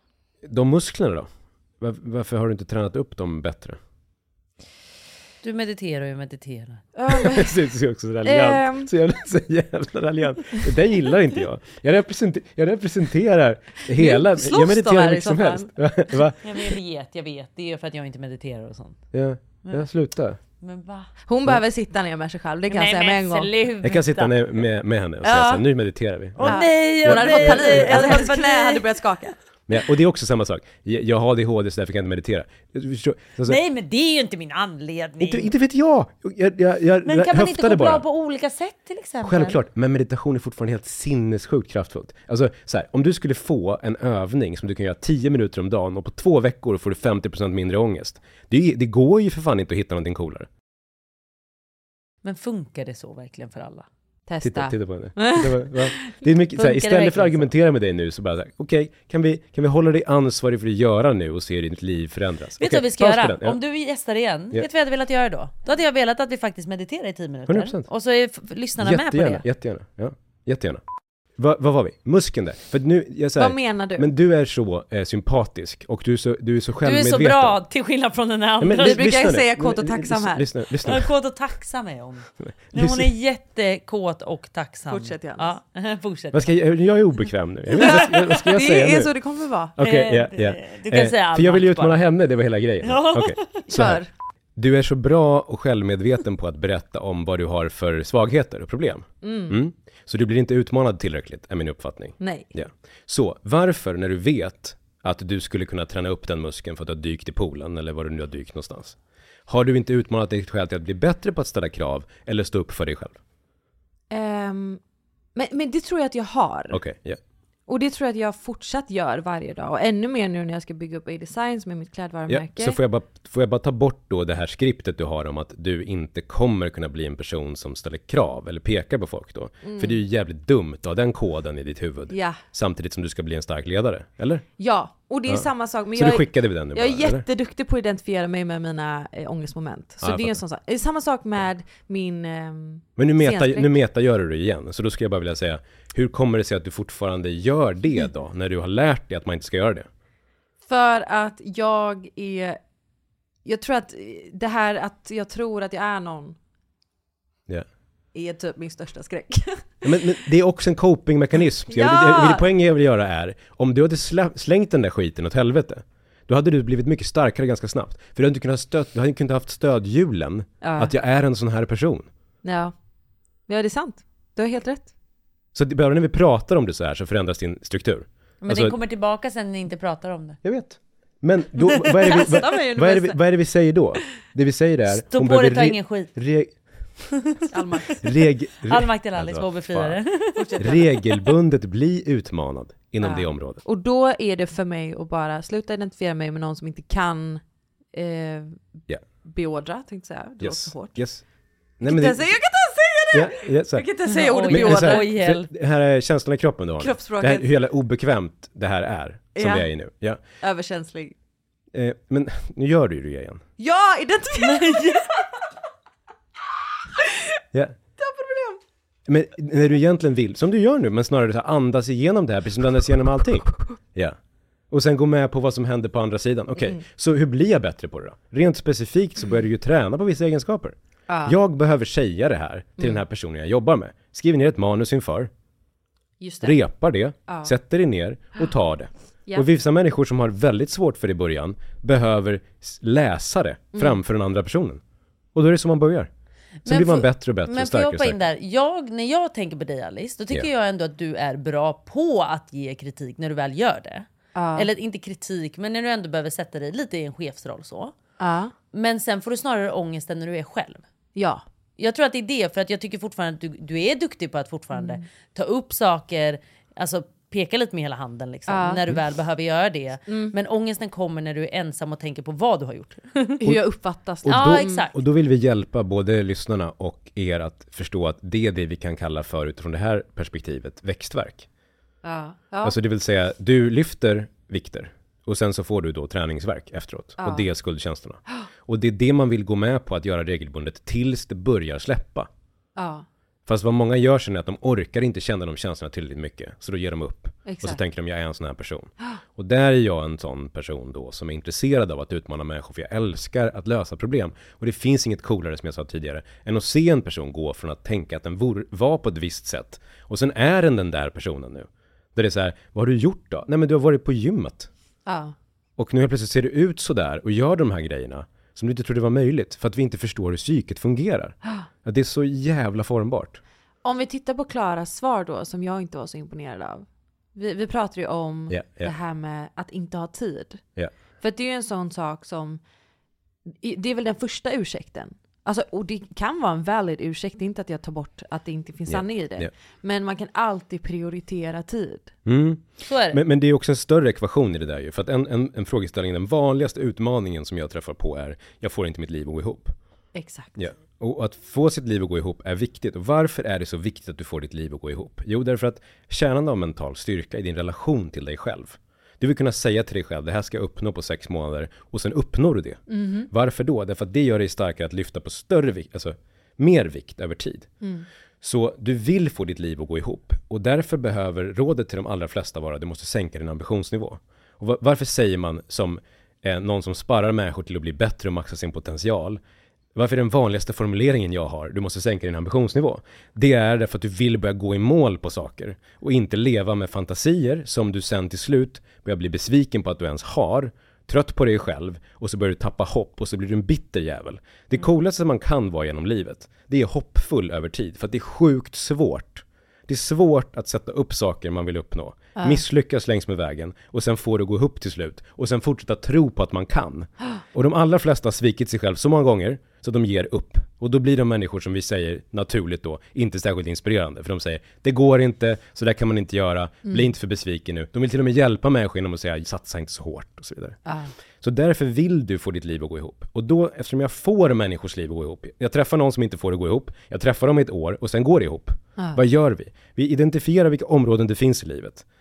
C: De musklerna då? Varför har du inte tränat upp dem bättre?
B: Du mediterar.
C: Jag ser också så raljant. Så jävla raljant. Det gillar inte jag. Jag representerar hela. Jag mediterar mycket som helst. Va?
B: Jag vet. Det är för att jag inte mediterar och sånt.
C: Jag slutar.
B: Men va?
A: Hon behöver sitta ner med sig själv, det kan jag säga med en gång.
C: Jag kan sitta ner med henne och säga så här, nu mediterar vi.
A: Nej, hon hade fått panik. Alltså hennes knä hade börjat skaka.
C: Ja, och det är också samma sak. Jag har ADHD så därför kan jag inte meditera.
B: Alltså, nej, men det är ju inte min anledning.
C: Inte vet jag.
B: Men kan man inte koppla av på olika sätt till exempel?
C: Självklart, men meditation är fortfarande helt sinnessjukt kraftfullt. Alltså så här, om du skulle få en övning som du kan göra 10 minuter om dagen och på 2 veckor får du 50% mindre ångest. Det går ju för fan inte att hitta någonting coolare.
B: Men funkar det så verkligen för alla?
A: Testa.
C: Titta på henne. Det är mycket så här, istället för att argumentera med dig nu så bara okej, kan vi hålla dig ansvarig för att göra nu och se ditt liv förändras?
B: Vet du vad vi ska göra? Om du gästar igen, vet du vad jag hade velat göra då? Då hade jag velat att vi faktiskt mediterar i 10 minuter.
C: 100%.
B: Och så är lyssnarna med på det.
C: Jättegärna. Vad var vi? Muskeln där. För nu,
A: vad menar du?
C: Men du är så sympatisk och du är så självmedveten.
B: Du är så bra till skillnad från den andra.
A: Vi brukar säga kåt och tacksam här.
C: Lyssna.
B: Kåt och tacksam är hon. Hon är jättekåt och tacksam.
A: Fortsätt igen.
B: Ja, fortsätt.
C: Jag är obekväm nu. Vad ska jag säga nu?
A: Det är så det kommer vara.
C: Okej,
B: Du kan säga
C: för jag vill ju utmana henne, det var hela grejen.
B: Ja.
C: Okay. Du är så bra och självmedveten på att berätta om vad du har för svagheter och problem. Så du blir inte utmanad tillräckligt, är min uppfattning.
A: Nej.
C: Ja. Så varför, när du vet att du skulle kunna träna upp den muskeln för att du har dykt i poolen eller var du nu har dykt någonstans, har du inte utmanat dig själv till att bli bättre på att ställa krav eller stå upp för dig själv?
A: Men det tror jag att jag har.
C: Okej, ja.
A: Och det tror jag att jag fortsatt gör varje dag. Och ännu mer nu när jag ska bygga upp A-Design som är mitt klädvarumärke.
C: Ja, så får jag bara ta bort då det här skriptet du har om att du inte kommer kunna bli en person som ställer krav eller pekar på folk då. För det är ju jävligt dumt att ha den koden i ditt huvud.
A: Ja.
C: Samtidigt som du ska bli en stark ledare, eller?
A: Ja, Och det är samma sak. Men
C: så du skickade vi den nu
A: jag
C: bara,
A: är jätteduktig på att identifiera mig med mina ångestmoment. Så det är en sån sak. Det är samma sak med min
C: men nu metagör du det igen. Så då ska jag bara vilja säga, hur kommer det sig att du fortfarande gör det då? När du har lärt dig att man inte ska göra det?
A: För att jag tror att det här att jag tror att jag är någon är typ min största skräck.
C: Men det är också en copingmekanism. Poängen jag vill göra är, om du hade slängt den där skiten åt helvete, då hade du blivit mycket starkare ganska snabbt. För du hade inte kunnat haft stödhjulen att jag är en sån här person.
A: Ja, det är sant. Du har helt rätt.
C: Så bara när vi pratar om det så här så förändras din struktur.
B: Men den kommer tillbaka sen när ni inte pratar om det.
C: Jag vet. Men då, vad är det vi säger då? Det vi säger är...
B: Stå på det, ta ingen skit.
A: Allmakt
B: till Alice, vår befriare.
C: Regelbundet bli utmanad inom det området.
A: Och då är det för mig att bara sluta identifiera mig med någon som inte kan beordra, tänkte jag säga. Det låter så hårt.
C: Yes.
A: Jag kan inte säga det! Jag kan inte säga ordet beordra.
C: Det här är känslan i kroppen då.
A: Kroppsspråket.
C: Det här, hur jävla obekvämt det här är som vi är i nu. Ja.
A: Överkänslig.
C: Men nu gör du det igen.
A: Ja, identifiera!
C: Ja. Men när du egentligen vill, som du gör nu, men snarare så andas igenom det här, precis som du andas igenom allting. Ja. Och sen gå med på vad som händer på andra sidan. Okej, så hur blir jag bättre på det då? Rent specifikt så börjar du ju träna på vissa egenskaper. Jag behöver säga det här till den här personen jag jobbar med. Skriver ner ett manus inför.
A: Just det.
C: Repar det, sätter det ner och tar det. Yeah. Och vissa människor som har väldigt svårt för det i början behöver läsa det framför den andra personen. Och då är det som man börjar. Så blir man bättre och bättre.
B: Men får jag hoppa in där? När jag tänker på dig, Alice, då tycker jag ändå att du är bra på att ge kritik när du väl gör det. Eller inte kritik, men när du ändå behöver sätta dig lite i en chefsroll så. Men sen får du snarare ångesten när du är själv.
A: Ja.
B: Jag tror att det är det, för att jag tycker fortfarande att du är duktig på att fortfarande ta upp saker, alltså peka lite med hela handen liksom, när du väl behöver göra det. Men ångesten kommer när du är ensam och tänker på vad du har gjort.
A: Hur jag uppfattas.
B: Exakt.
C: Och då vill vi hjälpa både lyssnarna och er att förstå att det är det vi kan kalla för, utifrån det här perspektivet, växtverk. Alltså det vill säga, du lyfter vikter och sen så får du då träningsverk efteråt. Och det är skuldkänslorna. Och det är det man vill gå med på att göra regelbundet tills det börjar släppa. Fast vad många gör sen är att de orkar inte känna de känslorna tillräckligt mycket. Så då ger de upp. Exakt. Och så tänker de, jag är en sån här person. Och där är jag en sån person då som är intresserad av att utmana människor. För jag älskar att lösa problem. Och det finns inget coolare, som jag sa tidigare, än att se en person gå från att tänka att den var på ett visst sätt. Och sen är den där personen nu. Där det är så här, vad har du gjort då? Nej, men du har varit på gymmet. Och nu plötsligt ser du ut så där och gör de här grejerna som du inte trodde var möjligt. För att vi inte förstår hur psyket fungerar. Ja, det är så jävla formbart.
A: Om vi tittar på Klaras svar då, som jag inte var så imponerad av. Vi pratar ju om det här med att inte ha tid. För att det är ju en sån sak som, det är väl den första ursäkten. Alltså, och det kan vara en valid ursäkt, inte att jag tar bort att det inte finns sanning i det. Men man kan alltid prioritera tid.
B: Så är det.
C: Men det är också en större ekvation i det där ju. För att en frågeställning, den vanligaste utmaningen som jag träffar på är, jag får inte mitt liv att gå ihop.
A: Exakt.
C: Ja. Och att få sitt liv att gå ihop är viktigt. Och varför är det så viktigt att du får ditt liv att gå ihop? Jo, därför att kärnan av mental styrka i din relation till dig själv. Du vill kunna säga till dig själv, det här ska jag uppnå på 6 månader. Och sen uppnår du det. Varför då? Därför att det gör dig starkare att lyfta på större vikt, alltså mer vikt över tid. Så du vill få ditt liv att gå ihop. Och därför behöver rådet till de allra flesta vara, du måste sänka din ambitionsnivå. Och varför säger man som någon som sparrar människor till att bli bättre och maxa sin potential? Varför är den vanligaste formuleringen jag har, du måste sänka din ambitionsnivå? Det är därför att du vill börja gå i mål på saker. Och inte leva med fantasier som du sen till slut börjar bli besviken på att du ens har. Trött på dig själv. Och så börjar du tappa hopp och så blir du en bitter jävel. Det coolaste man kan vara genom livet, det är hoppfull över tid. För att det är sjukt svårt. Det är svårt att sätta upp saker man vill uppnå. Misslyckas längs med vägen. Och sen får det gå upp till slut. Och sen fortsätta tro på att man kan. Och de allra flesta har svikit sig själv så många gånger så de ger upp. Och då blir de människor som vi säger naturligt då inte särskilt inspirerande. För de säger, det går inte, så där kan man inte göra. Bli inte för besviken nu. De vill till och med hjälpa människor genom att säga, satsa inte så hårt och så vidare. Så därför vill du få ditt liv att gå ihop. Och då, eftersom jag får människors liv att gå ihop. Jag träffar någon som inte får det gå ihop. Jag träffar dem i ett år och sen går det ihop. Vad gör vi? Vi identifierar vilka områden det finns i livet.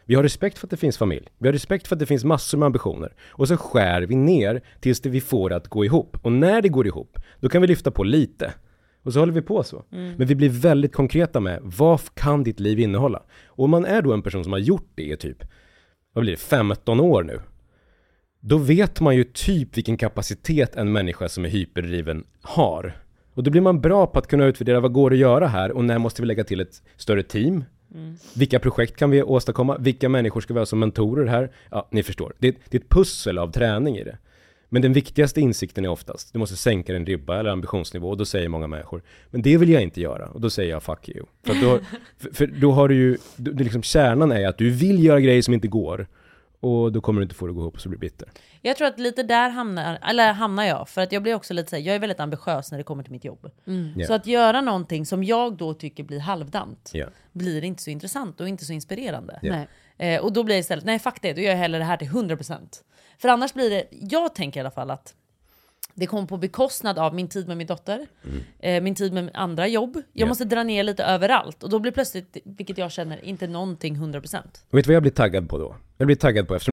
C: Vi har respekt för att det finns familj. Vi har respekt för att det finns massor med ambitioner. Och så skär vi ner tills vi får det att gå ihop. Och när det går ihop, då kan vi lyfta på lite. Och så håller vi på så. Men vi blir väldigt konkreta med vad kan ditt liv innehålla? Och om man är då en person som har gjort det i typ, vad blir det, 15 år nu. Då vet man ju typ vilken kapacitet en människa som är hyperdriven har. Och då blir man bra på att kunna utvärdera vad går att göra här och när måste vi lägga till ett större team. Vilka projekt kan vi åstadkomma? Vilka människor ska vi ha som mentorer här? Ja, ni förstår. Det är ett pussel av träning i det. Men den viktigaste insikten är oftast, du måste sänka din ribba eller ambitionsnivå. Och då säger många människor, men det vill jag inte göra. Och då säger jag fuck you. För då har du ju, liksom kärnan är att du vill göra grejer som inte går. Och då kommer du inte få det att gå ihop och så blir bitter.
B: Jag tror att lite där hamnar jag. För att jag blir också lite så här, jag är väldigt ambitiös när det kommer till mitt jobb. Så att göra någonting som jag då tycker blir halvdant blir inte så intressant och inte så inspirerande. Och då blir det istället, nej fuck det, då gör jag hellre det här till 100%. För annars blir det, jag tänker i alla fall att det kommer på bekostnad av min tid med min dotter, min tid med andra jobb. Jag måste dra ner lite överallt. Och då blir plötsligt, vilket jag känner, inte någonting 100%.
C: Och vet du vad jag blir taggad på då? Jag blir taggad på eftersom...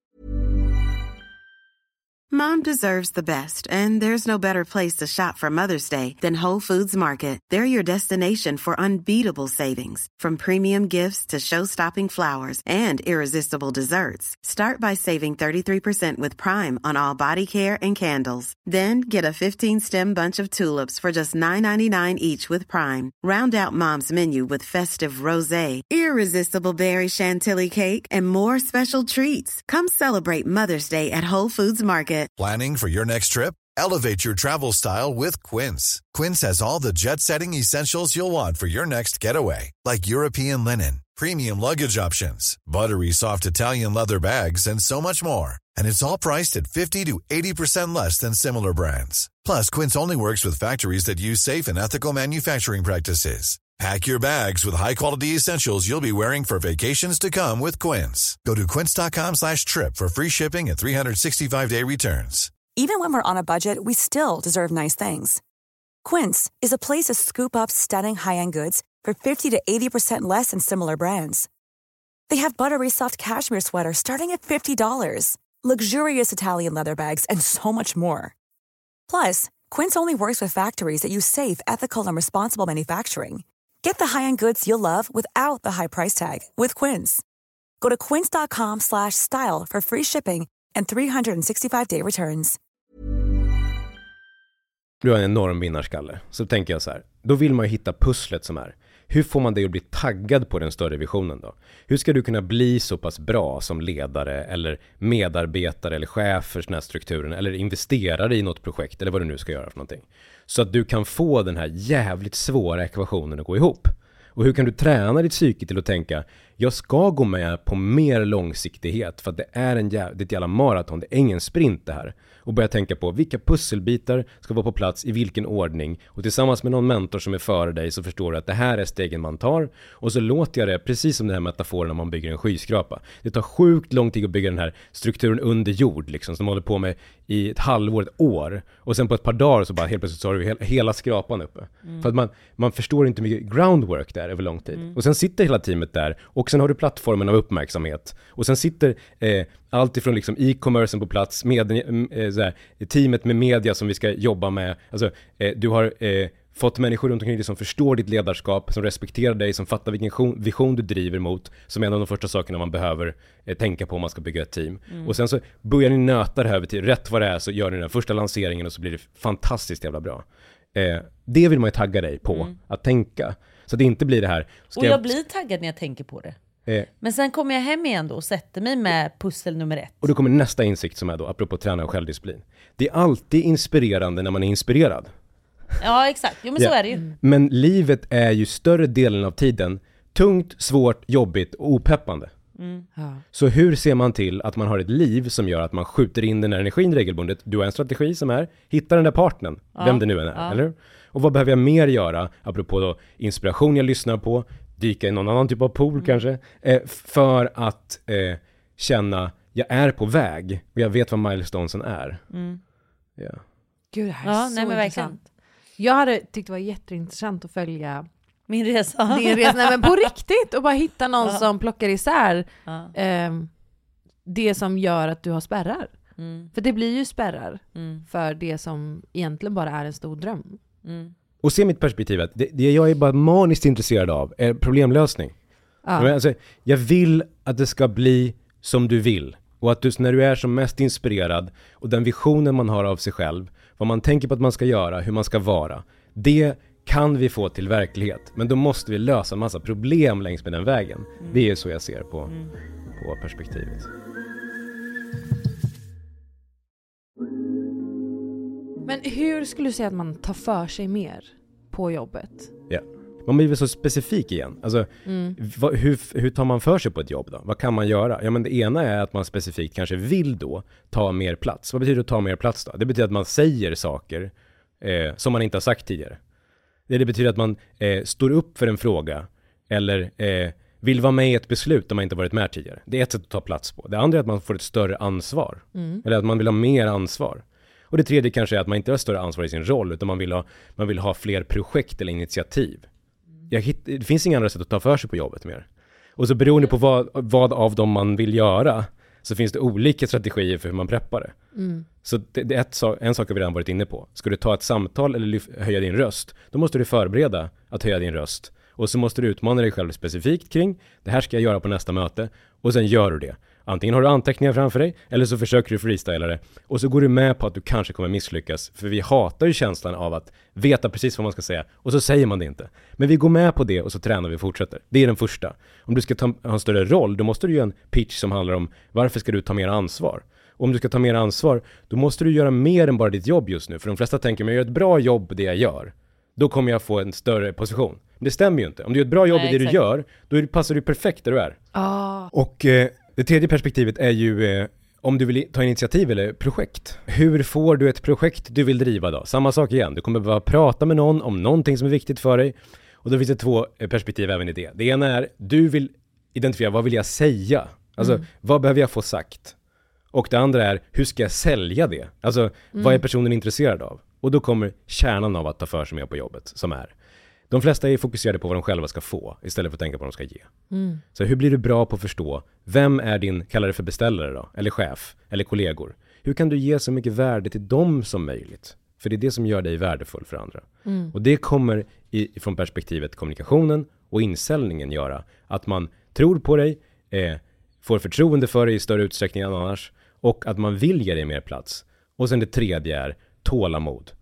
D: Mom deserves the best, and there's no better place to shop for Mother's Day than Whole Foods Market. They're your destination for unbeatable savings, from premium gifts to show-stopping flowers and irresistible desserts. Start by saving 33% with Prime on all body care and candles. Then get a 15-stem bunch of tulips for just $9.99 each with Prime. Round out Mom's menu with festive rosé, irresistible berry chantilly cake, and more special treats. Come celebrate Mother's Day at Whole Foods Market.
H: Planning for your next trip? Elevate your travel style with Quince. Quince has all the jet-setting essentials you'll want for your next getaway, like European linen, premium luggage options, buttery soft Italian leather bags, and so much more. And it's all priced at 50 to 80% less than similar brands. Plus, Quince only works with factories that use safe and ethical manufacturing practices. Pack your bags with high-quality essentials you'll be wearing for vacations to come with Quince. Go to quince.com/trip for free shipping and 365-day returns.
N: Even when we're on a budget, we still deserve nice things. Quince is a place to scoop up stunning high-end goods for 50 to 80% less than similar brands. They have buttery soft cashmere sweaters starting at $50, luxurious Italian leather bags, and so much more. Plus, Quince only works with factories that use safe, ethical, and responsible manufacturing. Get the high-end goods you'll love without the high price tag with Quince. Go to quince.com/style for free shipping and 365-day returns.
C: Du har en enorm vinnarskalle. Så tänker jag så här. Då vill man ju hitta pusslet som är. Hur får man dig att bli taggad på den större visionen då? Hur ska du kunna bli så pass bra som ledare eller medarbetare eller chef för den här strukturen eller investerare i något projekt eller vad du nu ska göra för någonting? Så att du kan få den här jävligt svåra ekvationen att gå ihop. Och hur kan du träna ditt psyke till att tänka, jag ska gå med på mer långsiktighet för att det är ett jävla maraton, det är ingen sprint det här. Och börja tänka på vilka pusselbitar ska vara på plats i vilken ordning. Och tillsammans med någon mentor som är före dig så förstår du att det här är stegen man tar. Och så låter jag det, precis som den här metaforen när man bygger en skyskrapa. Det tar sjukt lång tid att bygga den här strukturen under jord liksom, som man håller på med i ett halvår, ett år. Och sen på ett par dagar så bara helt plötsligt så har du hela skrapan uppe. För att man förstår inte mycket groundwork där över lång tid. Och sen sitter hela teamet där och sen har du plattformen av uppmärksamhet. Och sen sitter allt ifrån liksom e-commercen på plats, teamet med media som vi ska jobba med. Alltså, du har fått människor runt omkring dig som förstår ditt ledarskap, som respekterar dig, som fattar vilken vision du driver mot, som är en av de första sakerna man behöver tänka på om man ska bygga ett team. Och sen så börjar ni nöta det här över till rätt vad det är, så gör ni den första lanseringen och så blir det fantastiskt jävla bra. Det vill man ju tagga dig på, att tänka. Så det inte blir det här.
B: Och jag blir taggad när jag tänker på det. Men sen kommer jag hem igen då och sätter mig med pussel nummer 1.
C: Och då kommer nästa insikt som är då, apropå träna och självdisciplin. Det är alltid inspirerande när man är inspirerad.
B: Ja, exakt. Jo, men så är det ju.
C: Men livet är ju större delen av tiden tungt, svårt, jobbigt och opeppande. Så hur ser man till att man har ett liv som gör att man skjuter in den här energin regelbundet? Du har en strategi som är, hitta den där partnern, vem det nu än är, eller? Och vad behöver jag mer göra, apropå då inspiration jag lyssnar på, dyka i någon annan typ av pool kanske, för att känna, jag är på väg och jag vet vad milestonesen är.
A: Gud, det här är så intressant. Jag hade tyckt det var jätteintressant att följa
B: Min resa.
A: Din resa, nej, men på riktigt. Och bara hitta någon som plockar isär det som gör att du har spärrar. För det blir ju spärrar för det som egentligen bara är en stor dröm.
C: Och se mitt perspektiv att det jag är bara maniskt intresserad av är problemlösning. Alltså, jag vill att det ska bli som du vill. Och att du, när du är som mest inspirerad och den visionen man har av sig själv, vad man tänker på att man ska göra, hur man ska vara, det kan vi få till verklighet. Men då måste vi lösa en massa problem längs med den vägen. Det är så jag ser på perspektivet.
A: Men hur skulle du säga att man tar för sig mer på jobbet?
C: Ja. Man blir väl så specifik igen. Alltså, hur tar man för sig på ett jobb då? Vad kan man göra? Ja, men det ena är att man specifikt kanske vill då ta mer plats. Vad betyder att ta mer plats då? Det betyder att man säger saker som man inte har sagt tidigare. Det betyder att man står upp för en fråga eller vill vara med i ett beslut om man inte varit med tidigare. Det är ett sätt att ta plats på. Det andra är att man får ett större ansvar. Eller att man vill ha mer ansvar. Och det tredje kanske är att man inte har större ansvar i sin roll utan man vill ha fler projekt eller initiativ. Det finns inga andra sätt att ta för sig på jobbet mer. Och så beroende på vad av dem man vill göra så finns det olika strategier för hur man preppar det. Så det är en sak vi redan varit inne på. Ska du ta ett samtal eller höja din röst, då måste du förbereda att höja din röst. Och så måste du utmana dig själv specifikt kring, det här ska jag göra på nästa möte. Och sen gör du det. Antingen har du anteckningar framför dig eller så försöker du freestyla det. Och så går du med på att du kanske kommer misslyckas. För vi hatar ju känslan av att veta precis vad man ska säga. Och så säger man det inte. Men vi går med på det och så tränar vi och fortsätter. Det är den första. Om du ska ha en större roll, då måste du göra en pitch som handlar om varför ska du ta mer ansvar. Och om du ska ta mer ansvar, då måste du göra mer än bara ditt jobb just nu. För de flesta tänker, men jag gör ett bra jobb på det jag gör. Då kommer jag få en större position. Men det stämmer ju inte. Om du gör ett bra jobb i det du gör, då passar du perfekt där du är. Och det tredje perspektivet är ju om du vill ta initiativ eller projekt. Hur får du ett projekt du vill driva då? Samma sak igen. Du kommer behöva prata med någon om någonting som är viktigt för dig. Och då finns det två perspektiv även i det. Det ena är, du vill identifiera, vad vill jag säga? Alltså, vad behöver jag få sagt? Och det andra är, hur ska jag sälja det? Alltså, vad är personen intresserad av? Och då kommer kärnan av att ta för sig med på jobbet, som är. De flesta är fokuserade på vad de själva ska få istället för att tänka på vad de ska ge. Så hur blir du bra på att förstå, vem är din, kallar det för beställare då? Eller chef, eller kollegor? Hur kan du ge så mycket värde till dem som möjligt? För det är det som gör dig värdefull för andra. Och det kommer från perspektivet kommunikationen och insäljningen göra att man tror på dig, får förtroende för dig i större utsträckning än annars och att man vill ge dig mer plats. Och sen det tredje är tålamod.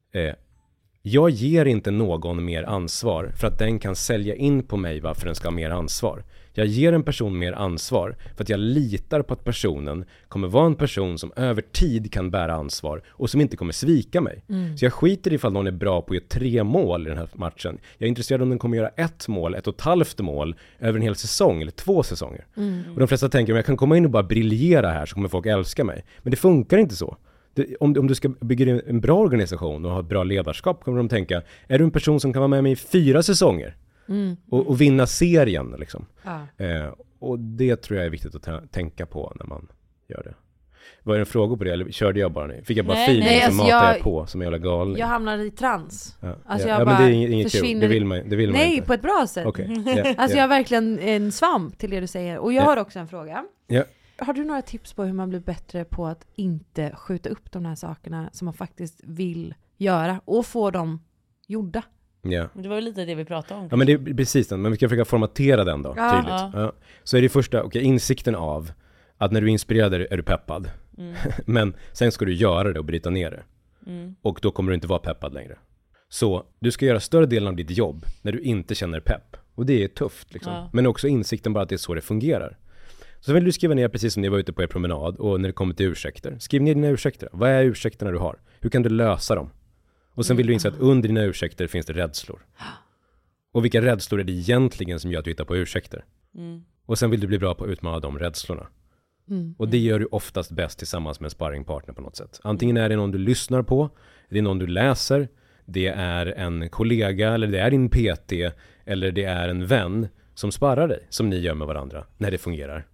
C: Jag ger inte någon mer ansvar för att den kan sälja in på mig varför den ska ha mer ansvar. Jag ger en person mer ansvar för att jag litar på att personen kommer vara en person som över tid kan bära ansvar och som inte kommer svika mig. Så jag skiter ifall någon är bra på att göra 3 mål i den här matchen. Jag är intresserad om den kommer göra 1 mål, 1,5 mål över en hel säsong eller 2 säsonger. Och de flesta tänker, om jag kan komma in och bara briljera här så kommer folk älska mig. Men det funkar inte så. Om du ska bygga en bra organisation och ha ett bra ledarskap kommer de tänka, är du en person som kan vara med mig i 4 säsonger och vinna serien liksom. Och det tror jag är viktigt att tänka på när man gör det. Var det en fråga på det eller körde jag bara nu? Fick jag bara feeling så matade jag på som en jävla galning.
A: Jag hamnar i trans.
C: Alltså jag bara men det är inget kul. Det vill man
A: nej,
C: inte.
A: På ett bra sätt.
C: Okay.
A: Alltså jag har verkligen en svamp till det du säger. Och jag har också en fråga. Har du några tips på hur man blir bättre på att inte skjuta upp de här sakerna som man faktiskt vill göra och få dem gjorda?
B: Ja. Det var ju lite det vi pratade om.
C: Ja, men det är precis den. Men vi ska försöka formatera den då, tydligt. Ja. Så är det första, insikten av att när du är inspirerad är du peppad. Men sen ska du göra det och bryta ner det. Och då kommer du inte vara peppad längre. Så du ska göra större delen av ditt jobb när du inte känner pepp. Och det är tufft liksom. Men också insikten bara att det är så det fungerar. Så vill du skriva ner precis som ni var ute på er promenad och när det kommer till ursäkter. Skriv ner dina ursäkter. Vad är ursäkterna du har? Hur kan du lösa dem? Och sen vill du inse att under dina ursäkter finns det rädslor. Och vilka rädslor är det egentligen som gör att du hittar på ursäkter? Och sen vill du bli bra på att utmana de rädslorna. Och det gör du oftast bäst tillsammans med en sparringpartner på något sätt. Antingen är det någon du lyssnar på, det är någon du läser, det är en kollega eller det är din PT eller det är en vän som sparrar dig, som ni gör med varandra när det fungerar.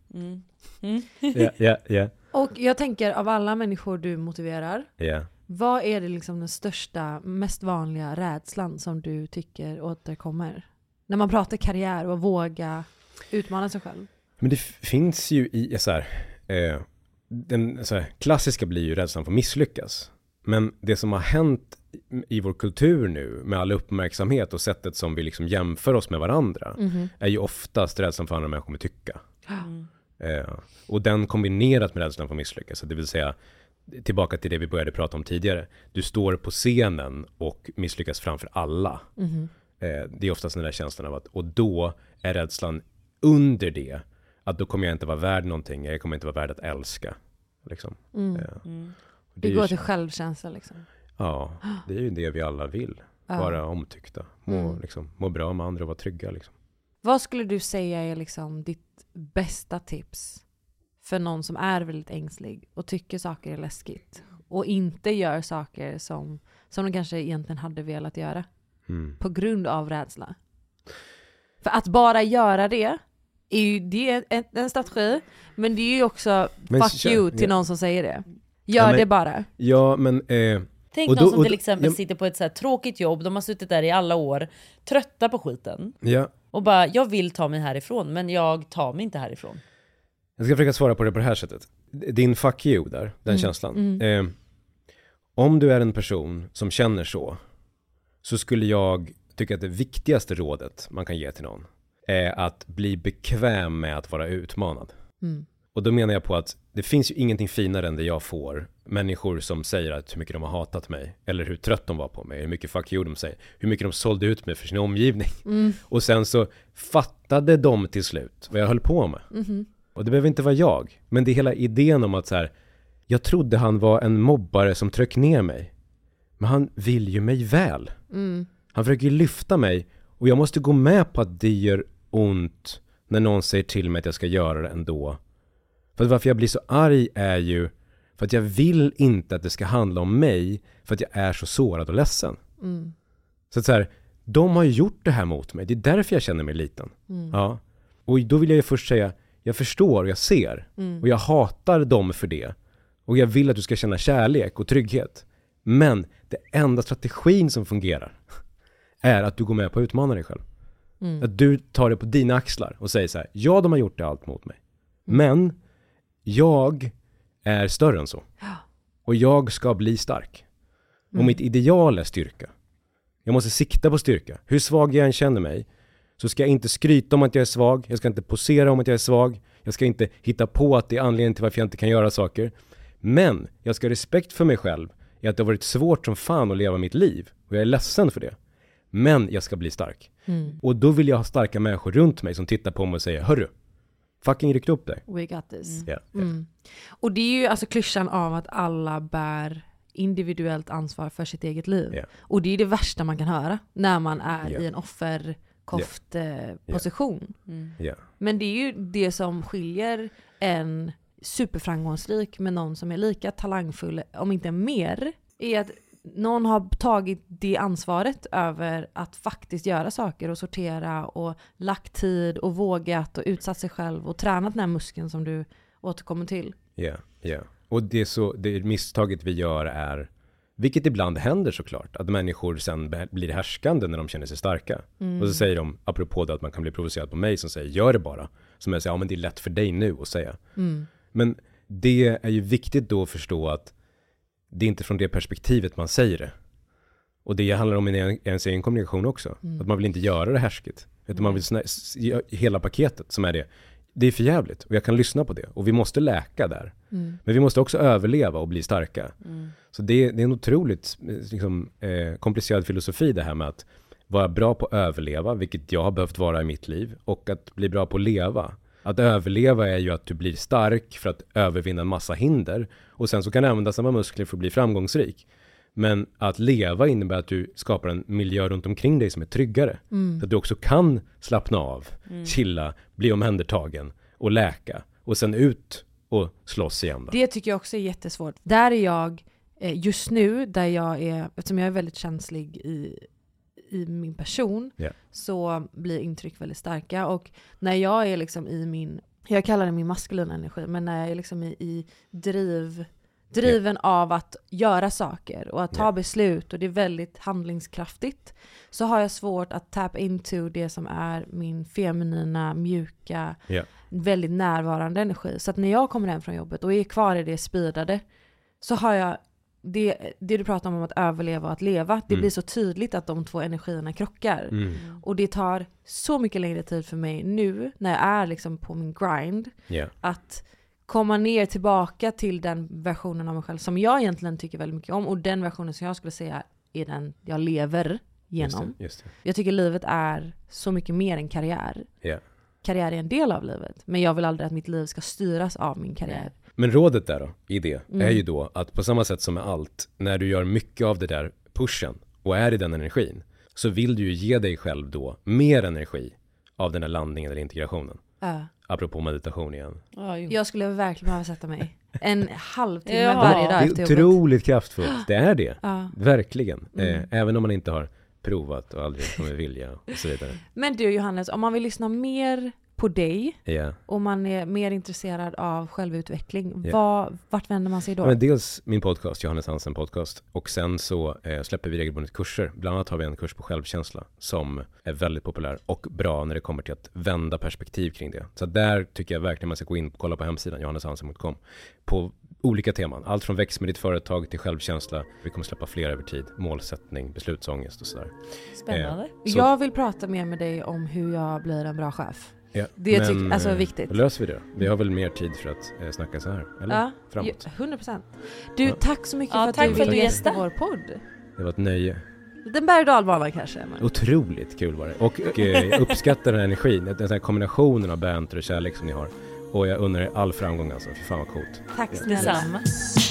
C: Ja.
A: Och jag tänker, av alla människor du motiverar, vad är det liksom den största, mest vanliga rädslan som du tycker återkommer? När man pratar karriär och våga utmana sig själv.
C: Men det finns ju i den klassiska blir ju rädslan för att misslyckas. Men det som har hänt i vår kultur nu med all uppmärksamhet och sättet som vi liksom jämför oss med varandra är ju oftast rädslan för andra människor med tycka. Och den kombinerat med rädslan för att misslyckas, det vill säga tillbaka till det vi började prata om tidigare. Du står på scenen och misslyckas framför alla. Det är oftast den där känslan av att, och då är rädslan under det, att då kommer jag inte vara värd någonting, jag kommer inte vara värd att älska. Liksom.
A: Det går till självkänsla liksom.
C: Ja, det är ju det vi alla vill. Vara omtyckta. Må bra med andra och vara trygga. Liksom.
A: Vad skulle du säga är liksom ditt bästa tips för någon som är väldigt ängslig och tycker saker är läskigt och inte gör saker som de kanske egentligen hade velat göra på grund av rädsla? För att bara göra det är ju det en strategi, men det är ju också fuck you till någon som säger det. Gör det bara.
C: Ja, men...
B: Tänk någon som till exempel sitter på ett så här tråkigt jobb, de har suttit där i alla år, trötta på skiten.
C: Ja.
B: Och bara, jag vill ta mig härifrån, men jag tar mig inte härifrån.
C: Jag ska försöka svara på det här sättet. Din fuck you där, den känslan. Om du är en person som känner så skulle jag tycka att det viktigaste rådet man kan ge till någon är att bli bekväm med att vara utmanad. Och då menar jag på att det finns ju ingenting finare än det jag får. Människor som säger att hur mycket de har hatat mig. Eller hur trött de var på mig. Hur mycket fuck you de säger. Hur mycket de sålde ut mig för sin omgivning. Och sen så fattade de till slut vad jag höll på med. Och det behöver inte vara jag. Men det är hela idén om att så här, jag trodde han var en mobbare som tryck ner mig. Men han vill ju mig väl. Han försöker ju lyfta mig. Och jag måste gå med på att det gör ont när någon säger till mig att jag ska göra det ändå. För att varför jag blir så arg är ju för att jag vill inte att det ska handla om mig, för att jag är så sårad och ledsen. Så att så här, de har ju gjort det här mot mig. Det är därför jag känner mig liten. Ja. Och då vill jag ju först säga, jag förstår och jag ser. Och jag hatar dem för det. Och jag vill att du ska känna kärlek och trygghet. Men det enda strategin som fungerar är att du går med på att utmana dig själv. Att du tar det på dina axlar och säger så här, ja, de har gjort det allt mot mig. Men jag är större än så. Och jag ska bli stark. Och mitt ideal är styrka. Jag måste sikta på styrka. Hur svag jag än känner mig, så ska jag inte skryta om att jag är svag. Jag ska inte posera om att jag är svag. Jag ska inte hitta på att det är anledningen till varför jag inte kan göra saker. Men jag ska ha respekt för mig själv i att det har varit svårt som fan att leva mitt liv. Och jag är ledsen för det. Men jag ska bli stark. Och då vill jag ha starka människor runt mig som tittar på mig och säger, hörru, fucking ryckt upp dig.
A: We got this. Och det är ju alltså klyschan av att alla bär individuellt ansvar för sitt eget liv. Och det är det värsta man kan höra när man är i en offerkoft-position. Men det är ju det som skiljer en superframgångsrik med någon som är lika talangfull, om inte mer, är att någon har tagit det ansvaret över att faktiskt göra saker och sortera och lagt tid och vågat och utsatt sig själv och tränat den här muskeln som du återkommer till.
C: Och det misstaget vi gör är, vilket ibland händer såklart, att människor sen blir härskande när de känner sig starka. Och så säger de, apropå det att man kan bli provocerad på mig som säger, gör det bara. Som jag säger, ja men det är lätt för dig nu att säga. Men det är ju viktigt då att förstå att det är inte från det perspektivet man säger det. Och det handlar om ens egen kommunikation också. Att man vill inte göra det härskigt. Utan man vill hela paketet som är det. Det är för jävligt och jag kan lyssna på det. Och vi måste läka där. Men vi måste också överleva och bli starka. Så det är en otroligt komplicerad filosofi det här med att vara bra på att överleva, vilket jag har behövt vara i mitt liv. Och att bli bra på att leva. Att överleva är ju att du blir stark för att övervinna en massa hinder. Och sen så kan du använda samma muskler för att bli framgångsrik. Men att leva innebär att du skapar en miljö runt omkring dig som är tryggare. Så att du också kan slappna av, chilla, bli omhändertagen och läka. Och sen ut och slåss igen. Då.
A: Det tycker jag också är jättesvårt. Där är jag just nu, där jag är, eftersom jag är väldigt känslig i min person, så blir intryck väldigt starka. Och när jag är liksom i min, jag kallar det min maskulina energi, men när jag är liksom i driven av att göra saker och att ta beslut, och det är väldigt handlingskraftigt, så har jag svårt att tap into det som är min feminina, mjuka, väldigt närvarande energi. Så att när jag kommer hem från jobbet och är kvar i det speedade, så har jag det du pratar om att överleva och att leva, det blir så tydligt att de två energierna krockar. Och det tar så mycket längre tid för mig nu när jag är liksom på min grind att komma ner tillbaka till den versionen av mig själv som jag egentligen tycker väldigt mycket om, och den versionen som jag skulle säga är den jag lever genom.
C: Just det.
A: Jag tycker livet är så mycket mer än karriär. Karriär är en del av livet, men jag vill aldrig att mitt liv ska styras av min karriär.
C: Men rådet där då, i det, är ju då att på samma sätt som med allt, när du gör mycket av det där pushen och är i den energin, så vill du ju ge dig själv då mer energi av den här landningen eller integrationen. Apropå meditation igen.
A: Jag skulle verkligen behöva sätta mig en halvtimme varje dag efter
C: jobbet. Det är otroligt kraftfullt. Det är det. Verkligen. Även om man inte har provat och aldrig kommer vilja och så vidare.
A: Men du Johannes, om man vill lyssna mer på dig och man är mer intresserad av självutveckling, vart vänder man sig då?
C: Men dels min podcast, Johannes Hansen podcast, och sen så släpper vi regelbundet kurser. Bland annat har vi en kurs på självkänsla som är väldigt populär och bra när det kommer till att vända perspektiv kring det. Så där tycker jag verkligen man ska gå in och kolla på hemsidan johanneshansen.com på olika teman. Allt från växt med ditt företag till självkänsla. Vi kommer släppa fler över tid. Målsättning, beslutsångest och sådär.
B: Spännande.
A: Jag vill prata mer med dig om hur jag blir en bra chef. Det tycker alltså är viktigt.
C: Då löser vi det. Vi har väl mer tid för att snacka så här. Eller? Framåt.
A: 100%. Du, tack så mycket för att du ville gästa vår podd.
C: Det var ett nöje.
A: Den berg- och dalbanan kanske. Men.
C: Otroligt kul var det. Och jag uppskattar den här energin. Den här kombinationen av banter och kärlek som ni har. Och jag undrar all framgång alltså. Fy fan vad coolt.
A: Tack snälla.
B: Detsamma.